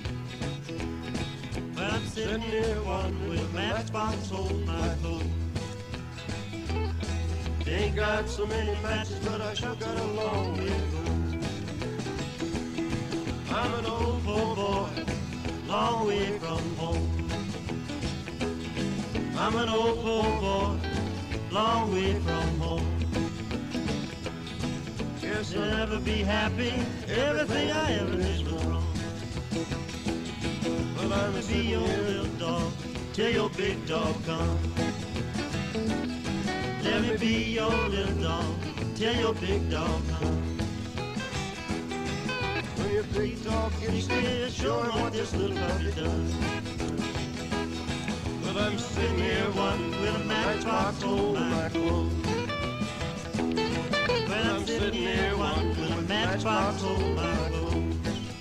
Well, I'm sitting here wondering will the matchbox hold my clothes? They ain't got so many matches, but I sure got a long way to go. I'm an old poor boy, long way from home. I'm an old poor boy, long way from home. Guess I'll never be happy, everything I ever did was wrong. Well, I'm gonna be your little dog, till your big dog comes. Let me be your little dog, till your big dog comes. When your big dog gets scared, show him what this little puppy does. Well, I'm sitting here wondering will a matchbox hold my clothes? Well, I'm sitting here wondering will a matchbox hold my clothes?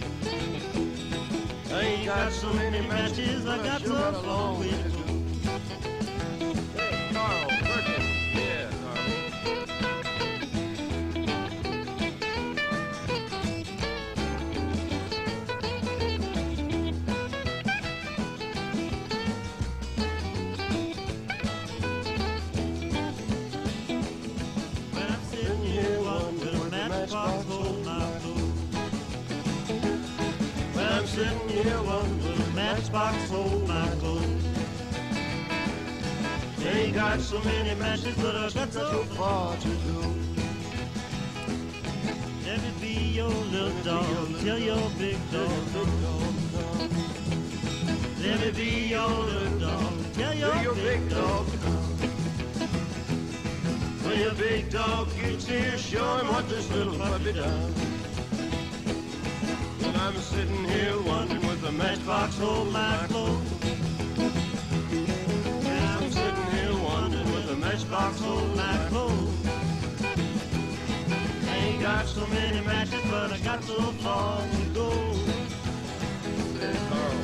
I ain't got so many matches, I got so long way to go. Hey, Carl, working. Yeah, sitting here wondering will a matchbox hold my clothes? They ain't got so many matches, but I got so far to go. Let me be your little dog, till your big dog comes. Let me be your little dog, till your big dog comes. When your big dog gets here, show him what this little puppy does. I'm sitting here wondering will the matchbox hold my clothes? Yeah, I'm sitting here wondering will the matchbox hold my clothes? I ain't got so many matches, but I got so far to go. Hey, Carl.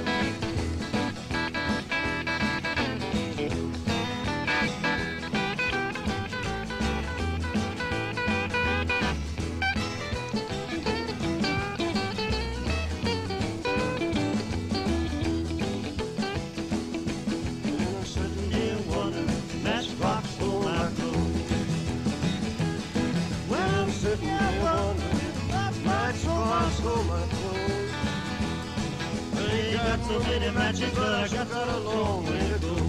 So many matches, but I got a long way to go.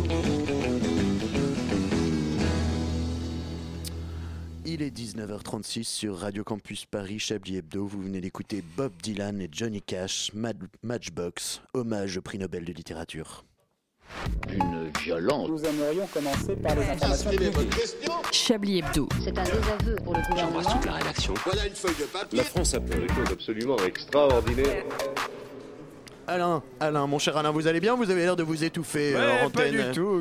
Il est 19h36 sur Radio Campus Paris, Chablis Hebdo. Vous venez d'écouter Bob Dylan et Johnny Cash, Matchbox, hommage au prix Nobel de littérature. D'une violence. Nous aimerions commencer par les informations publiques. Chablis Hebdo. C'est un désaveu pour le gouvernement. J'embrasse toute la rédaction. Voilà une feuille de papier. La France a fait des choses absolument extraordinaires. Alain, mon cher Alain, vous allez bien? Vous avez l'air de vous étouffer en antenne. Pas du tout.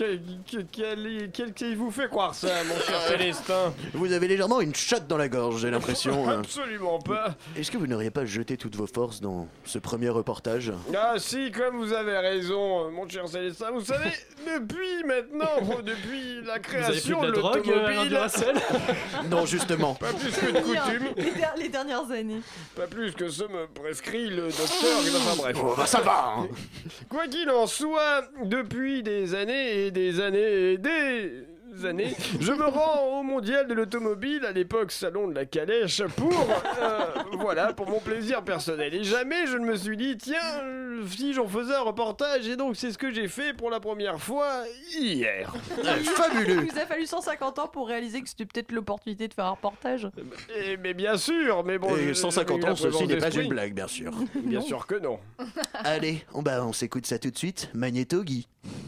Quel vous fait croire ça, mon cher Célestin? Vous avez légèrement une chatte dans la gorge, j'ai l'impression. Absolument pas. Est-ce que vous n'auriez pas jeté toutes vos forces dans ce premier reportage? Ah si, comme vous avez raison, mon cher Célestin. Vous savez, depuis la création de l'automobile... Non, justement. Pas plus que de coutume. Les dernières années. Pas plus que ce me prescrit le docteur. Enfin bref. Oh, ça va hein. Quoi qu'il en soit, depuis des années et des années et des années, je me rends au mondial de l'automobile, à l'époque salon de la calèche, pour mon plaisir personnel. Et jamais je ne me suis dit, tiens, si j'en faisais un reportage, et donc c'est ce que j'ai fait pour la première fois hier. Fabuleux. Il vous a fallu 150 ans pour réaliser que c'était peut-être l'opportunité de faire un reportage. Mais bien sûr, mais bon... Et 150 ans, ceci n'est pas une blague, bien sûr. Bien sûr que non. Allez, on s'écoute ça tout de suite. Magnéto Guy.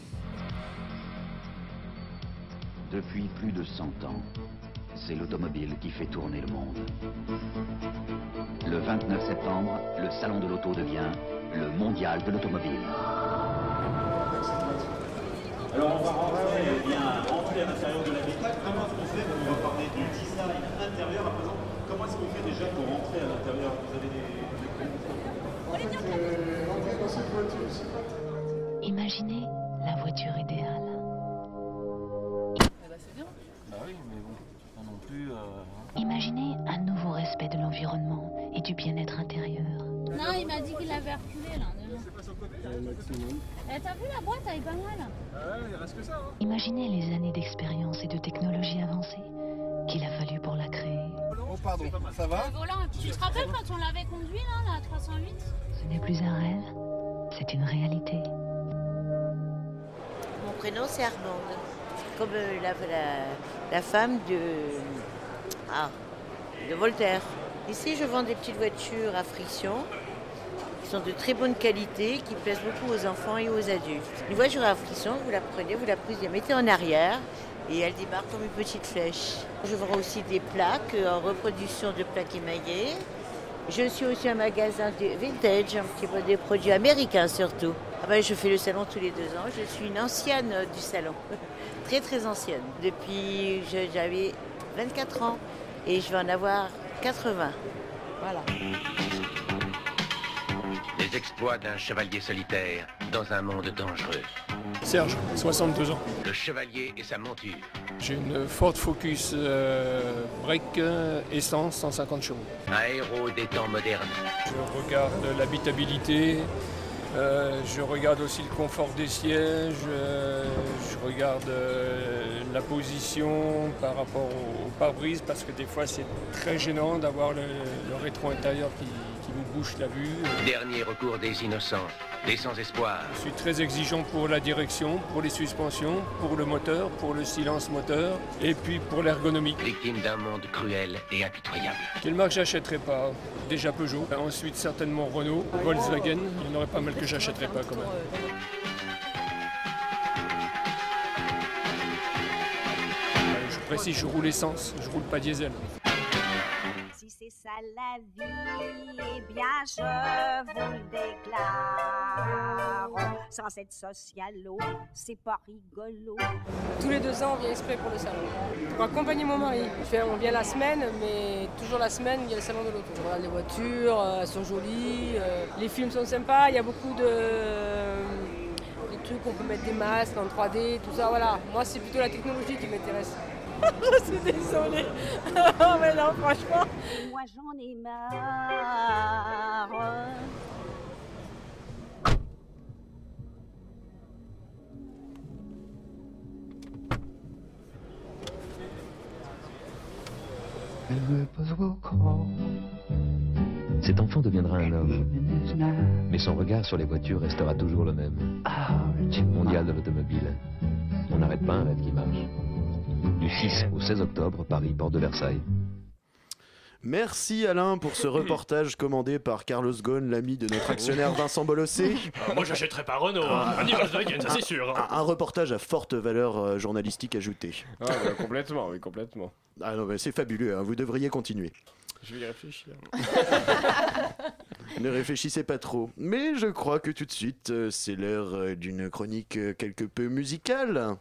Depuis plus de 100 ans, c'est l'automobile qui fait tourner le monde. Le 29 septembre, le salon de l'auto devient le mondial de l'automobile. Alors on va rentrer à l'intérieur de l'habitacle. Comment est-ce qu'on fait? On va parler du design intérieur à présent. Comment est-ce qu'on fait déjà pour rentrer à l'intérieur? Vous avez des rentrer dans cette voiture, c'est pas... Imaginez la voiture idéale. C'est bien. Bah oui, mais bon, pas non plus... Imaginez un nouveau respect de l'environnement et du bien-être intérieur. Non, il m'a dit qu'il avait reculé là. C'est pas sur le côté T'as vu la boîte, elle est pas mal. Ouais, il reste que ça. Hein. Imaginez les années d'expérience et de technologie avancée qu'il a fallu pour la créer. Oh pardon, ça va? Le volant, tu te rappelles quand on l'avait conduit là, la 308? Ce n'est plus un rêve, c'est une réalité. Mon prénom c'est Armande. C'est comme la femme de Voltaire. Ici je vends des petites voitures à friction qui sont de très bonne qualité, qui plaisent beaucoup aux enfants et aux adultes. Une voiture à friction, vous la prenez, vous la prise, la mettez en arrière et elle démarre comme une petite flèche. Je vends aussi des plaques en reproduction de plaques émaillées. Je suis aussi un magasin de vintage, un petit peu des produits américains surtout. Je fais le salon tous les 2 ans. Je suis une ancienne du salon, très très ancienne. Depuis j'avais 24 ans et je vais en avoir 80. Voilà. Les exploits d'un chevalier solitaire dans un monde dangereux. Serge, 62 ans. Le chevalier et sa monture. J'ai une Ford Focus break essence 150 chevaux. Un héros des temps modernes. Je regarde l'habitabilité, je regarde aussi le confort des sièges, je regarde la position par rapport au pare-brise parce que des fois c'est très gênant d'avoir le rétro intérieur qui vous bouche la vue. Dernier recours des innocents, des sans-espoir. Je suis très exigeant pour la direction, pour les suspensions, pour le moteur, pour le silence moteur et puis pour l'ergonomie. Victime d'un monde cruel et impitoyable. Quelle marque j'achèterais pas? Déjà Peugeot, ensuite certainement Renault, Volkswagen, il y en aurait pas mal que j'achèterais pas quand même. Je précise, je roule essence, je roule pas diesel. Si c'est ça la vie, eh bien je vous le déclare. Sans être socialo, c'est pas rigolo. Tous les 2 ans, on vient exprès pour le salon. Pour accompagner mon mari. On vient la semaine, mais toujours la semaine, il y a le salon de l'auto. Je regarde les voitures, elles sont jolies, les films sont sympas, il y a beaucoup des trucs, on peut mettre des masques en 3D, tout ça, voilà. Moi, c'est plutôt la technologie qui m'intéresse. Je suis désolée. Mais non, franchement. Moi, j'en ai marre. Cet enfant deviendra un homme, mais son regard sur les voitures restera toujours le même. Mondial de l'automobile. On n'arrête pas un rêve qui marche. Du 6 au 16 octobre, Paris, porte de Versailles. Merci Alain pour ce reportage commandé par Carlos Ghosn, l'ami de notre actionnaire Vincent Bolloré. Moi j'achèterai pas Renault, un Volkswagen, ça c'est sûr. Un reportage à forte valeur journalistique ajoutée. Ah, complètement, oui, complètement. Ah non, mais c'est fabuleux, hein, vous devriez continuer. Je vais y réfléchir. Ne réfléchissez pas trop. Mais je crois que tout de suite, c'est l'heure d'une chronique quelque peu musicale.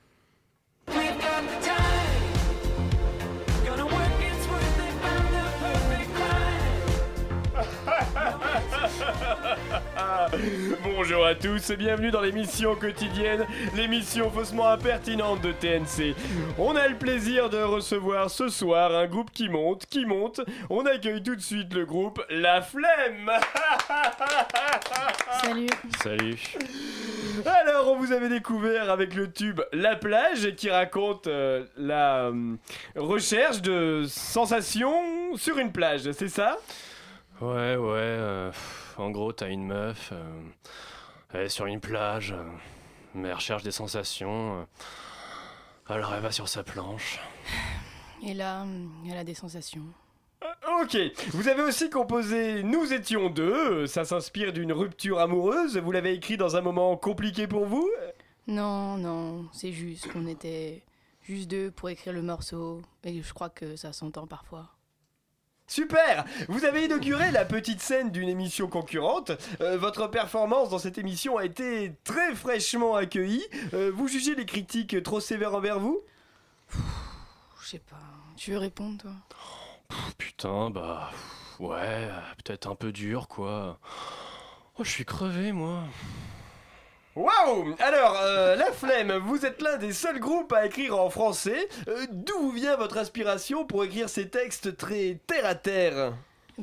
Bonjour à tous et bienvenue dans l'émission quotidienne, l'émission faussement impertinente de TNC. On a le plaisir de recevoir ce soir un groupe qui monte. On accueille tout de suite le groupe La Flemme. Salut. Alors, on vous avait découvert avec le tube La Plage qui raconte la recherche de sensations sur une plage, c'est ça ? Ouais, en gros t'as une meuf, elle est sur une plage, mais elle recherche des sensations, alors elle va sur sa planche. Et là, elle a des sensations. Ok, vous avez aussi composé Nous étions deux, ça s'inspire d'une rupture amoureuse, vous l'avez écrit dans un moment compliqué pour vous ? Non, c'est juste qu'on était juste deux pour écrire le morceau, et je crois que ça s'entend parfois. Super! Vous avez inauguré la petite scène d'une émission concurrente. Votre performance dans cette émission a été très fraîchement accueillie. Vous jugez les critiques trop sévères envers vous ? Je sais pas. Tu veux répondre, toi ? Putain, ouais, peut-être un peu dur, quoi. Oh, je suis crevé, moi. Waouh! Alors, La Flemme, vous êtes l'un des seuls groupes à écrire en français. D'où vient votre inspiration pour écrire ces textes très terre-à-terre ? J'ai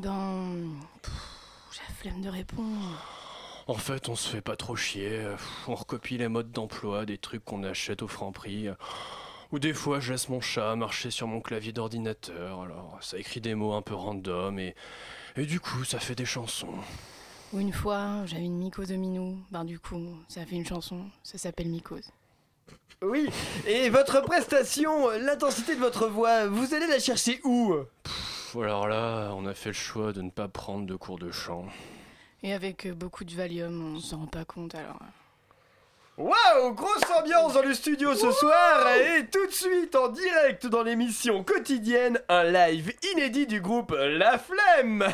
la flemme de répondre. En fait, on se fait pas trop chier. On recopie les modes d'emploi des trucs qu'on achète au Franprix. Ou des fois, je laisse mon chat marcher sur mon clavier d'ordinateur. Alors, ça écrit des mots un peu random et du coup, ça fait des chansons. Ou une fois, j'avais une mycose au minou. Du coup, ça fait une chanson. Ça s'appelle Mycose. Oui, et votre prestation, l'intensité de votre voix, vous allez la chercher où ? Alors là, on a fait le choix de ne pas prendre de cours de chant. Et avec beaucoup de Valium, on s'en rend pas compte alors. Waouh, grosse ambiance dans le studio ce soir et tout de suite en direct dans l'émission quotidienne, un live inédit du groupe La Flemme.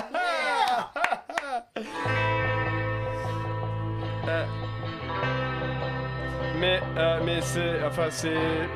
Mais c'est...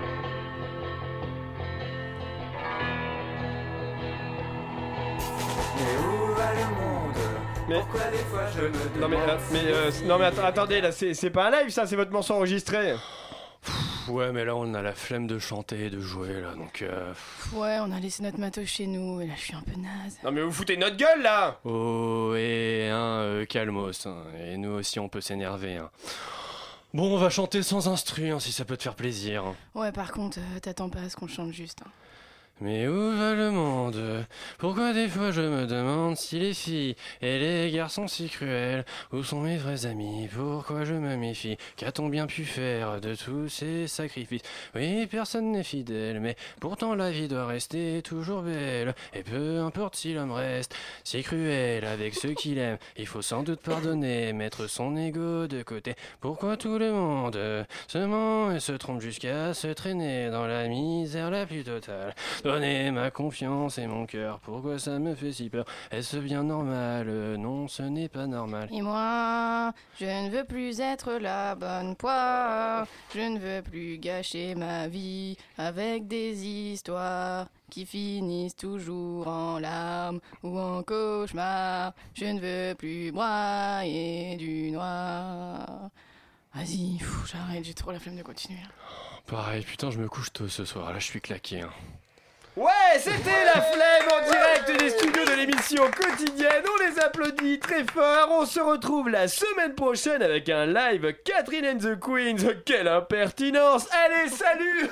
Mais où va le monde ? Pourquoi des fois je me demande... Non mais attendez, là c'est pas un live ça, c'est votre morceau enregistré. Ouais, mais là on a la flemme de chanter et de jouer là, donc Ouais, on a laissé notre matos chez nous et là je suis un peu naze. Non mais vous foutez notre gueule là. Oh, et calmos, hein. Et nous aussi on peut s'énerver, hein. Bon, on va chanter sans instru, hein, si ça peut te faire plaisir. Ouais, par contre, t'attends pas à ce qu'on chante juste, hein. Mais où va le monde ? Pourquoi des fois je me demande si les filles et les garçons si cruels, où sont mes vrais amis ? Pourquoi je me méfie ? Qu'a-t-on bien pu faire de tous ces sacrifices ? Oui, personne n'est fidèle, mais pourtant la vie doit rester toujours belle. Et peu importe si l'homme reste si cruel avec ceux qu'il aime, il faut sans doute pardonner, mettre son ego de côté. Pourquoi tout le monde se ment et se trompe jusqu'à se traîner dans la misère la plus totale ? Donner ma confiance et mon cœur, pourquoi ça me fait si peur ? Est-ce bien normal ? Non, ce n'est pas normal. Et moi, je ne veux plus être la bonne poire. Je ne veux plus gâcher ma vie avec des histoires qui finissent toujours en larmes ou en cauchemar. Je ne veux plus broyer du noir. Vas-y, j'arrête, j'ai trop la flemme de continuer. Pareil, putain, je me couche tôt ce soir, là je suis claqué, hein. Ouais, c'était La Flemme en direct des studios de l'émission quotidienne. On les applaudit très fort. On se retrouve la semaine prochaine avec un live Catherine and the Queens. Quelle impertinence. Allez, salut.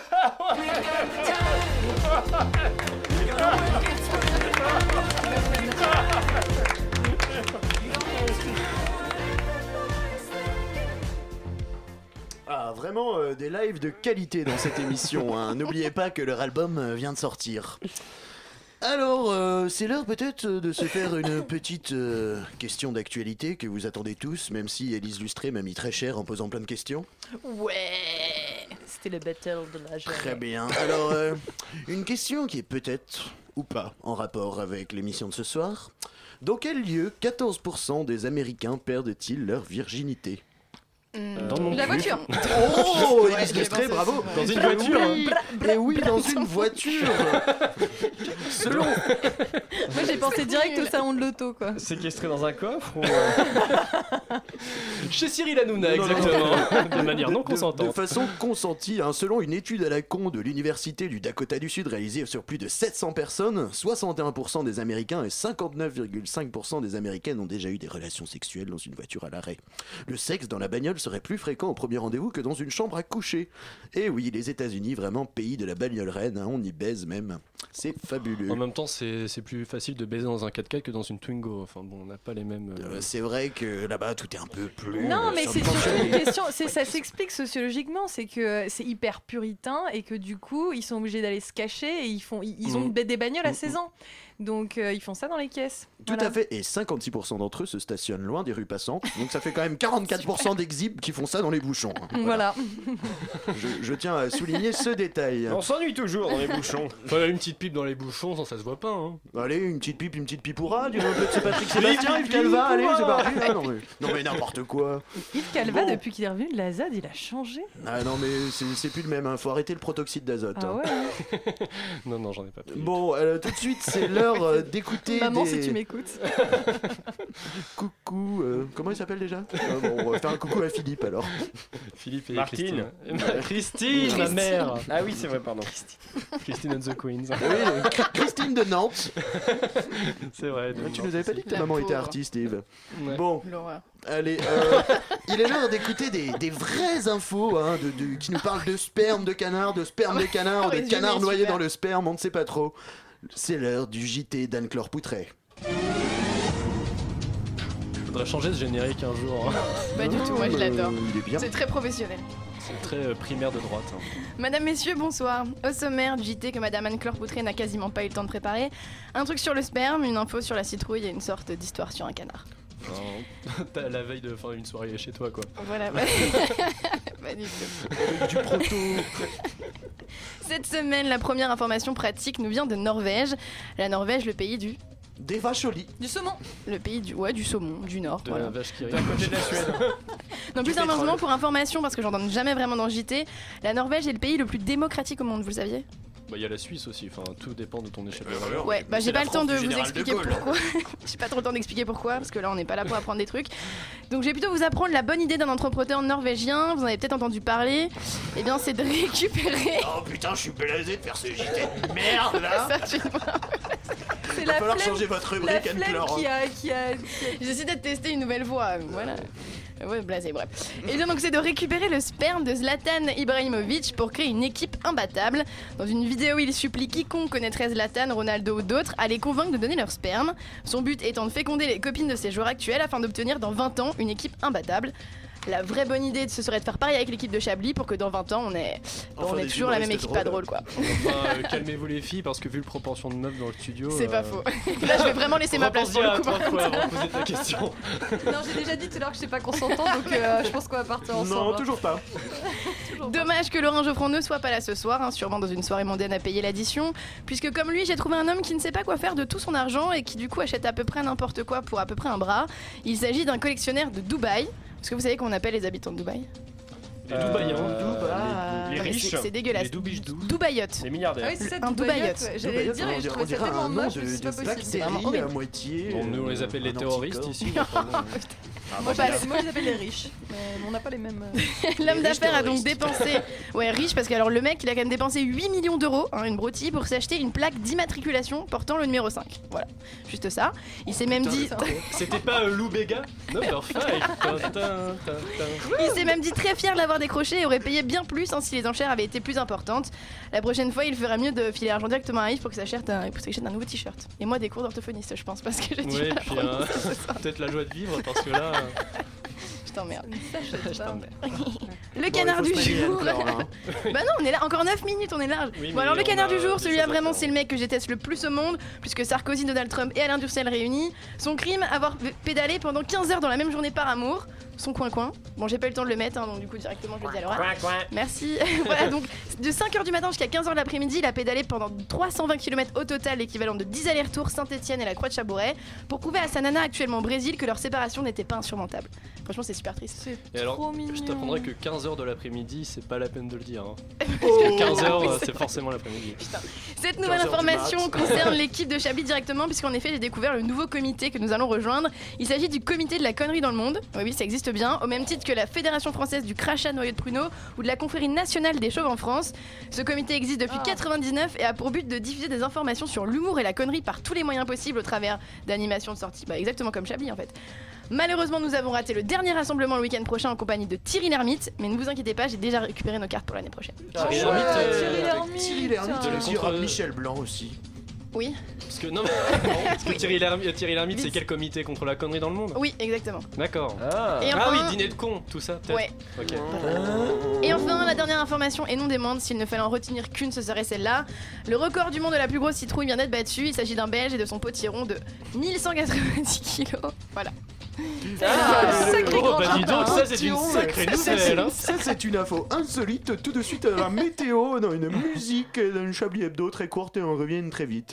Ah, vraiment des lives de qualité dans cette émission, hein. N'oubliez pas que leur album vient de sortir. Alors, c'est l'heure peut-être de se faire une petite question d'actualité que vous attendez tous, même si Élise Lustré m'a mis très cher en posant plein de questions. Ouais, c'était le battle de la journée. Très bien. Alors, une question qui est peut-être ou pas en rapport avec l'émission de ce soir. Dans quel lieu 14% des Américains perdent-ils leur virginité ? Dans mon la voiture. Oh, Élise Lustré, bravo. Dans une voiture. Et oui, dans une voiture. Selon. Moi, j'ai pensé direct au salon de l'auto, quoi. Séquestré dans un coffre ou Chez Cyril Hanouna, exactement. De manière non consentante. De façon consentie, hein. Selon une étude à la con de l'université du Dakota du Sud réalisée sur plus de 700 personnes, 61% des Américains et 59,5% des Américaines ont déjà eu des relations sexuelles dans une voiture à l'arrêt. Le sexe dans la bagnole serait plus fréquent au premier rendez-vous que dans une chambre à coucher. Et oui, les États-Unis, vraiment pays de la bagnole reine, hein, on y baise même. C'est fabuleux. En même temps, c'est plus facile de baiser dans un 4x4 que dans une Twingo. Enfin bon, on n'a pas les mêmes. C'est vrai que là-bas, tout est un peu plus. Non, mais c'est surtout une question. Ça s'explique sociologiquement, c'est que c'est hyper puritain et que du coup, ils sont obligés d'aller se cacher et ils ont des bagnoles à 16 ans. Donc ils font ça dans les caisses. Tout à fait, et 56% d'entre eux se stationnent loin des rues passantes, donc ça fait quand même 44% d'exhibs qui font ça dans les bouchons. Voilà. Je tiens à souligner ce détail. On s'ennuie toujours dans les bouchons. Enfin, une petite pipe dans les bouchons, ça se voit pas. Hein. Allez, une petite pipoura, du nom de Patrick Sébastien, Yves Calva, allez, c'est parti. Ah, non mais n'importe quoi. Yves Calva, depuis qu'il est revenu de la ZAD, il a changé. Ah non mais c'est plus le même, hein. Faut arrêter le protoxyde d'azote. Ah ouais. Non, j'en ai pas pris. Bon, tout de suite, c'est l'heure d'écouter Maman, si tu m'écoutes. Coucou, comment il s'appelle déjà bon, on va faire un coucou à Philippe alors. Philippe et Martine. Christine, ma mère. Ah oui, c'est vrai, pardon. Christine and the Queens. Oui, Christine de Nantes. C'est vrai. Tu nous avais pas dit que ta maman était artiste, Yves. Ouais. Bon, allez, il est l'heure d'écouter des vraies infos hein, qui nous parlent de sperme de canard, de canard noyé dans le sperme, on ne sait pas trop. C'est l'heure du JT d'Anne-Claire Poutret. Faudrait changer ce générique un jour. Pas du tout, moi je l'adore. Il est bien. C'est très professionnel. C'est très primaire de droite. Hein. Madame, messieurs, bonsoir. Au sommaire du JT que Madame Anne-Claire Poutret n'a quasiment pas eu le temps de préparer, un truc sur le sperme, une info sur la citrouille et une sorte d'histoire sur un canard. T'as la veille de faire une soirée chez toi, quoi. Voilà, pas du tout. Avec du proto. Cette semaine, la première information pratique nous vient de Norvège. La Norvège, le pays du... Des vaches au lit. Du saumon. Le pays du saumon, du Nord. De voilà. la vache qui rit. À côté de la Suède. Non, plus sérieusement, pour information, parce que j'en donne jamais vraiment dans le JT, la Norvège est le pays le plus démocratique au monde, vous le saviez ? Bah, il y a la Suisse aussi, enfin, tout dépend de ton échelle de valeur. Ouais, bah j'ai pas le temps de vous général expliquer de Gaulle. pourquoi. J'ai pas trop le temps d'expliquer pourquoi, parce que là on n'est pas là pour apprendre des trucs. Donc je vais plutôt vous apprendre la bonne idée d'un entrepreneur norvégien, vous en avez peut-être entendu parler. Eh bien, c'est de récupérer. Oh putain, je suis blasé de faire ce JT de merde là. Ça, tu vois. C'est Il va la falloir flemme, changer votre la rubrique, flemme Anne-Claire. qui a... J'essaie de tester une nouvelle voix, voilà. Ouais, blasé, bref. Et bien donc c'est de récupérer le sperme de Zlatan Ibrahimovic pour créer une équipe imbattable. Dans une vidéo, il supplie quiconque connaîtrait Zlatan, Ronaldo ou d'autres à les convaincre de donner leur sperme. Son but étant de féconder les copines de ses joueurs actuels afin d'obtenir dans 20 ans une équipe imbattable. La vraie bonne idée, ce serait de faire pareil avec l'équipe de Chablis pour que dans 20 ans, on est toujours la même équipe pas drôle, quoi. Enfin, calmez-vous les filles, parce que vu le proportion de meufs dans le studio... C'est pas faux. Là, je vais vraiment laisser ma place pour le coup. Trois fois avant de poser ta question. Non, j'ai déjà dit tout à l'heure que je n'étais pas consentant, donc je pense qu'on va partir ensemble. Non, toujours pas. Dommage que Laurent Geoffrand ne soit pas là ce soir, hein, sûrement dans une soirée mondaine à payer l'addition, puisque comme lui, j'ai trouvé un homme qui ne sait pas quoi faire de tout son argent et qui du coup achète à peu près n'importe quoi pour à peu près un bras. Il s'agit d'un collectionneur de Dubaï. Est-ce que vous savez qu'on appelle les habitants de Dubaï ? Les Dubaïens. Les riches. C'est dégueulasse. Les doubiches-doux. Dubaïote. Les milliardaires. Ah oui, c'est ça, Un Dubaïote. Dubaïote. J'allais le dire et je trouvais ça tellement moche, mais c'est pas possible. C'est vraiment horrible. à moitié. Bon, nous on les appelle les terroristes ici. Moi je les appelle les riches, mais on n'a pas les mêmes... L'homme d'affaires a donc dépensé... Ouais, riche, parce que alors le mec, il a quand même dépensé 8 millions d'euros, hein, une broutille, pour s'acheter une plaque d'immatriculation portant le numéro 5. Voilà, juste ça. Il s'est même dit... C'était pas Lou Béga ? Number 5. Il s'est même dit très fier de l'avoir décroché et aurait payé bien plus hein, si les enchères avaient été plus importantes. La prochaine fois, il ferait mieux de filer l'argent directement à Yves pour que ça achète un nouveau t-shirt. Et moi, des cours d'orthophoniste, je pense, parce que j'ai du Ouais, mal à puis prononcer ce soir. peut-être la joie de vivre, parce que là... t'emmerde. Je t'emmerde. Le canard du jour. Bah non, on est là, encore 9 minutes, on est large. Oui, Bon alors le mais canard on a du jour, des celui-là choses à vraiment faire. c'est le mec que je déteste le plus au monde, puisque Sarkozy, Donald Trump et Alain Duracell réunis. Son crime, avoir pédalé pendant 15 heures dans la même journée par amour. Son coin-coin. Bon, j'ai pas eu le temps de le mettre, hein, donc du coup directement je le dis à Laura. Merci. Voilà, donc de 5h du matin jusqu'à 15h de l'après-midi, il a pédalé pendant 320 km au total, l'équivalent de 10 allers-retours Saint-Etienne et la Croix de Chabouret, pour prouver à sa nana actuellement au Brésil que leur séparation n'était pas insurmontable. Franchement, c'est super triste. Et alors, je t'apprendrai que 15h de l'après-midi, c'est pas la peine de le dire. Hein. Parce Oh. que 15h, Oui, c'est forcément l'après-midi. Cette nouvelle information concerne l'équipe de Chablis directement, puisqu'en effet j'ai découvert le nouveau comité que nous allons rejoindre. Il s'agit du comité de la connerie dans le monde. Oui, ça existe bien, au même titre que la Fédération française du crachat noyau de pruneau ou de la confrérie nationale des chauves en France. Ce comité existe depuis 99 et a pour but de diffuser des informations sur l'humour et la connerie par tous les moyens possibles au travers d'animations de sortie, exactement comme Chablis en fait. Malheureusement, nous avons raté le dernier rassemblement le week-end prochain en compagnie de Thierry Lhermitte, mais ne vous inquiétez pas, j'ai déjà récupéré nos cartes pour l'année prochaine. Thierry Lhermitte, il y aura Michel Blanc aussi. Oui. Parce que, non, mais, parce que Thierry Lhermitte, c'est quel comité contre la connerie dans le monde? Oui, exactement. D'accord. Et enfin- oui, dîner de con, tout ça, peut-être. Ouais. Ok. Et enfin, la dernière information, et non des moindres, s'il ne fallait en retenir qu'une, ce serait celle-là. Le record du monde de la plus grosse citrouille vient d'être battu. Il s'agit d'un Belge et de son potiron de 1190 kilos. Voilà. Dis donc, ça c'est une sacrée nouvelle. Hein. Ça c'est une info insolite. Tout de suite la météo dans une musique d'un Chablis Hebdo très courte et on revient très vite.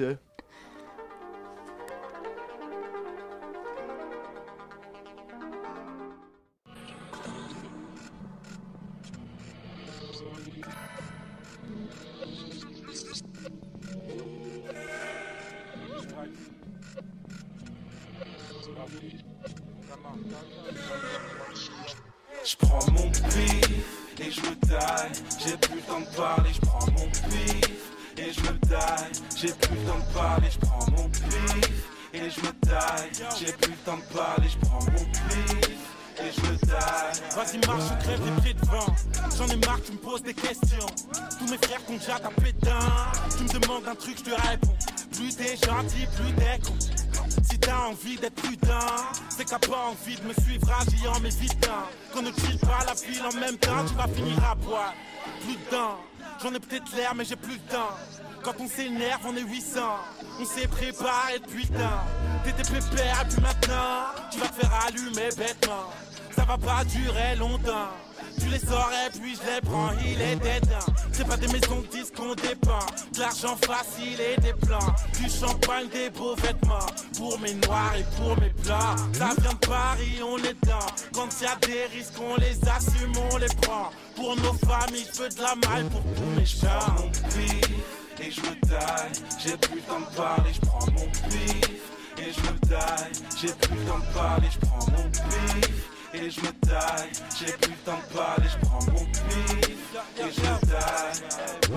Je prends mon pif et je me taille. J'ai plus le temps de parler, je prends mon pif et je me taille. J'ai plus le temps de parler, je prends mon pif et je me taille. J'ai plus le temps de parler, je prends mon pif et je me taille. Vas-y marche ou crève les pieds devant. J'en ai marre, tu me poses des questions. Tous mes frères t'ont déjà tapé dedans. Tu me demandes un truc, je te réponds. Plus t'es gentil, plus t'es con. Si t'as envie d'être prudent, c'est qu'à pas envie de me suivre agis en m'évitant. Qu'on ne tire pas la file en même temps, tu vas finir à poil. Plus de dents, j'en ai peut-être l'air mais j'ai plus le temps. Quand on s'énerve on est 800, on s'est préparé depuis le temps. T'étais pépère et puis maintenant, tu vas te faire allumer bêtement. Ça va pas durer longtemps. Tu les saurais puis je les prends, il est dedans. C'est pas des maisons de disques qu'on dépend. De l'argent facile et des plans. Du champagne, des beaux vêtements. Pour mes noirs et pour mes blancs. Ça vient de Paris, on est dedans. Quand y a des risques, on les assume, on les prend. Pour nos familles, je veux de la maille pour tous mes chats. Mon pif et je me taille. J'ai plus le temps de parler, je prends mon pif et je me taille. J'ai plus le temps de parler, je prends mon pif et je me taille. J'ai plus le temps de parler, je prends mon pif et je me taille.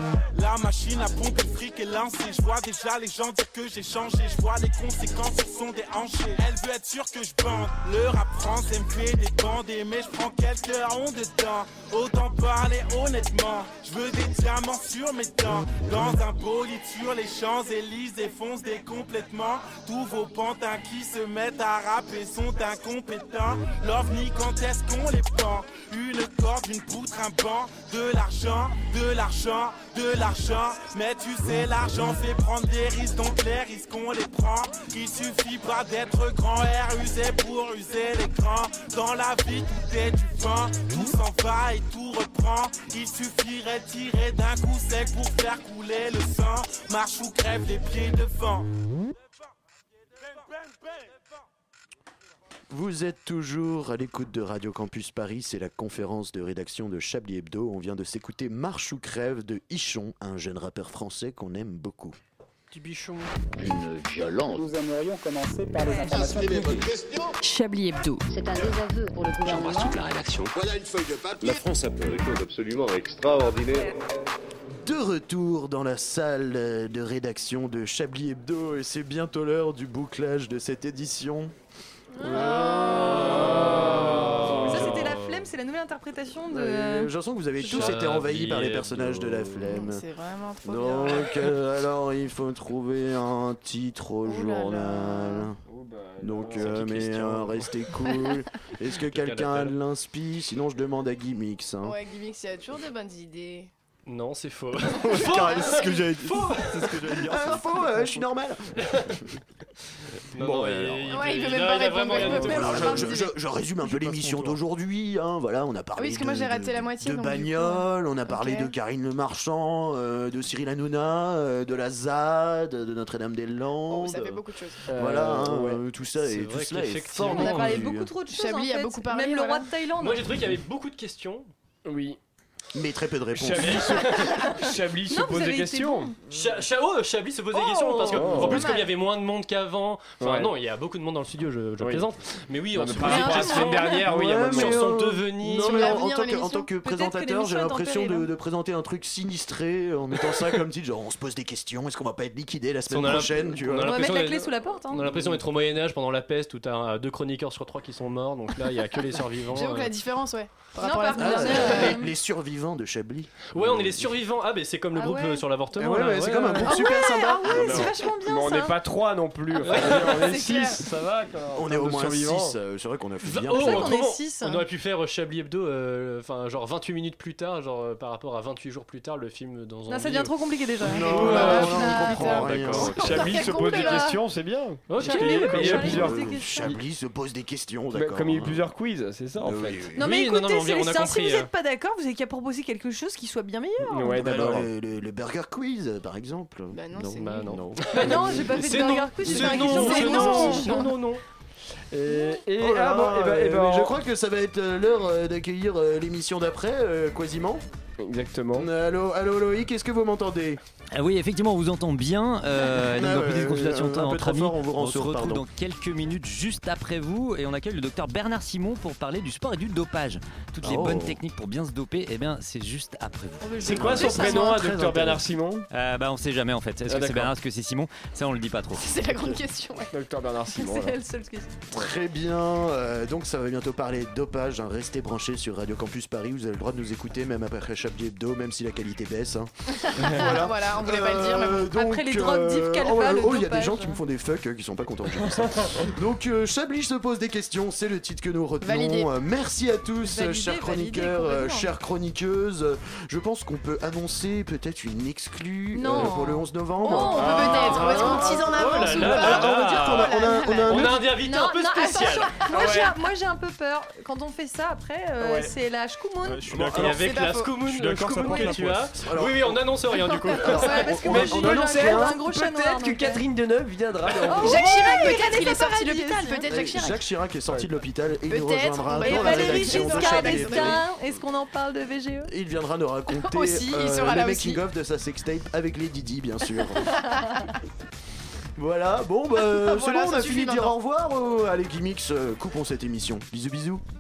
La machine à pomper le fric est lancée. Je vois déjà les gens dire que j'ai changé. Je vois les conséquences, ce sont des hanchés. Elle veut être sûre que je bande. Le rap français me fait des bandés, mais je prends quelques ronds dedans. Autant parler honnêtement. Je veux des diamants sur mes dents. Dans un bolide sur les Champs-Élysées, fonce des complètement. Tous vos pantins qui se mettent à rapper sont incompétents. L'OVNI, quand est-ce qu'on les pend? Une corde, une poutre, un banc. De l'argent, de l'argent, de l'argent. Mais tu sais, l'argent fait prendre des risques, donc les risques on les prend. Il suffit pas d'être grand, air usé pour user l'écran. Dans la vie, tout est du vent, tout s'en va et tout reprend. Il suffirait de tirer d'un coup sec pour faire couler le sang. Marche ou crève les pieds devant. Vous êtes toujours à l'écoute de Radio Campus Paris, c'est la conférence de rédaction de Chablis Hebdo. On vient de s'écouter Marche ou crève de Ichon, un jeune rappeur français qu'on aime beaucoup. Petit bichon. Une violence. Nous aimerions commencer par les informations publiques. Chablis Hebdo. C'est un désaveu pour le gouvernement. J'embrasse toute la rédaction. Voilà une feuille de papier. La France a fait des choses absolument extraordinaires. De retour dans la salle de rédaction de Chablis Hebdo et c'est bientôt l'heure du bouclage de cette édition. Ça c'était la flemme, c'est la nouvelle interprétation de... J'ai l'impression que vous avez tous été envahis par les personnages de la flemme. C'est vraiment trop Donc, alors il faut trouver un titre au journal. Oh bah, Donc, c'est qui, Christian restez cool. Est-ce que quelqu'un a de l'inspi? Sinon, je demande à Gimmix. Hein. Ouais, Gimmix, il y a toujours de bonnes idées. Non, c'est faux. C'est ce que j'allais dire. C'est ce que j'allais dire. Faux, je suis normal. Non, il veut même pas répondre. Je résume un peu l'émission d'aujourd'hui. Hein. Voilà, on a parlé parce que moi j'ai raté la moitié. de Bagnole, on a parlé de Karine Le Marchand, de Cyril Hanouna, de la ZAD, de Notre-Dame-des-Landes. Ça fait beaucoup de choses. Voilà, tout ça est fort. On a parlé beaucoup trop de choses. Chablis a beaucoup parlé. Même le roi de Thaïlande. Moi j'ai trouvé qu'il y avait beaucoup de questions. Oui. Mais très peu de réponses. Chablis se pose des questions. Chablis se pose des questions parce que en plus comme il y avait moins de monde qu'avant. Enfin non, il y a beaucoup de monde dans le studio, je plaisante. Mais oui, on se pose des questions. La semaine dernière, oui, il y a moins de sur son devenir. En tant que présentateur, j'ai l'impression de présenter un truc sinistré en mettant ça comme titre, genre on se pose des questions. Est-ce qu'on va pas être liquidé la semaine prochaine? On va mettre la clé sous la porte. On a l'impression d'être au Moyen-Âge pendant la peste où t'as 2 chroniqueurs sur 3 qui sont morts. Donc là, il y a que les survivants. J'avoue que la différence, ouais. Les survivants de Chablis. Ouais, on est les survivants. Ah, mais c'est comme le groupe sur l'avortement. C'est comme un groupe super sympa. C'est vachement bien. Mais on n'est pas 3 non plus. On est 6, ça va. On est au moins 6. C'est vrai qu'on a fait bien. On est 6. On aurait pu faire Chablis Hebdo, enfin, genre 28 minutes plus tard, genre par rapport à 28 jours plus tard, le film dans un. Non, ça devient trop compliqué déjà. Non, on comprend. D'accord. Chablis se pose des questions, c'est bien. Chablis se pose des questions, d'accord. Comme il y a plusieurs quiz, c'est ça en fait. Non, mais écoutez, Célestin, si vous n'êtes pas d'accord, vous avez qu'à proposer quelque chose qui soit bien meilleur. Ouais, d'accord. Le Burger Quiz, par exemple. Bah non, c'est non. Bah non, j'ai pas fait de Burger Quiz. Non. Je crois que ça va être l'heure d'accueillir l'émission d'après, quasiment. Exactement. Allô Loïc, est-ce que vous m'entendez? Oui, effectivement, on vous entend bien. Donc, petite consultation entre amis. On se retrouve dans quelques minutes juste après vous et on accueille le docteur Bernard Simon pour parler du sport et du dopage. Toutes les bonnes techniques pour bien se doper, eh bien, c'est juste après vous. C'est quoi son prénom, docteur Bernard Simon? On sait jamais en fait. Est-ce que c'est Bernard, est-ce que c'est Simon? Ça, on le dit pas trop. C'est la grande question. Docteur Bernard Simon. C'est la seule question. Très bien. Donc, ça va bientôt parler de dopage. Restez branchés sur Radio Campus Paris. Vous avez le droit de nous écouter, même après Chablis Hebdo, même si la qualité baisse. Voilà, on voulait pas le dire, mais bon. Donc, après les drogues d'Yves Calva, le il y a des gens qui me font des fuck qui sont pas contents que je dise ça. Donc Chablis se pose des questions, c'est le titre que nous retenons. Merci à tous, chers chroniqueurs, chères chroniqueuses. Je pense qu'on peut annoncer peut-être une exclue pour le 11 novembre. On peut peut-être, parce qu'on tease en avance ou pas. On veut dire qu'on a un invité un peu spécial. Moi j'ai un peu peur. Quand on fait ça après, c'est la Shkumun. Et avec la Shkumun que tu as. Oui, on annonce rien du coup. On annonce un gros chat noir. Peut-être que Catherine Deneuve viendra. Jacques Chirac, peut-être, il est sorti de l'hôpital. Peut-être Jacques Chirac. Jacques Chirac est sorti de l'hôpital et il nous rejoindra dans la rédaction de Chablis Hebdo. Est-ce qu'on en parle de VGE? Il viendra nous raconter le making-of de sa sextape avec les Didi, bien sûr. Voilà, bon, c'est bon, on a fini de dire au revoir. Allez, Gimmix, coupons cette émission. Bisous, bisous.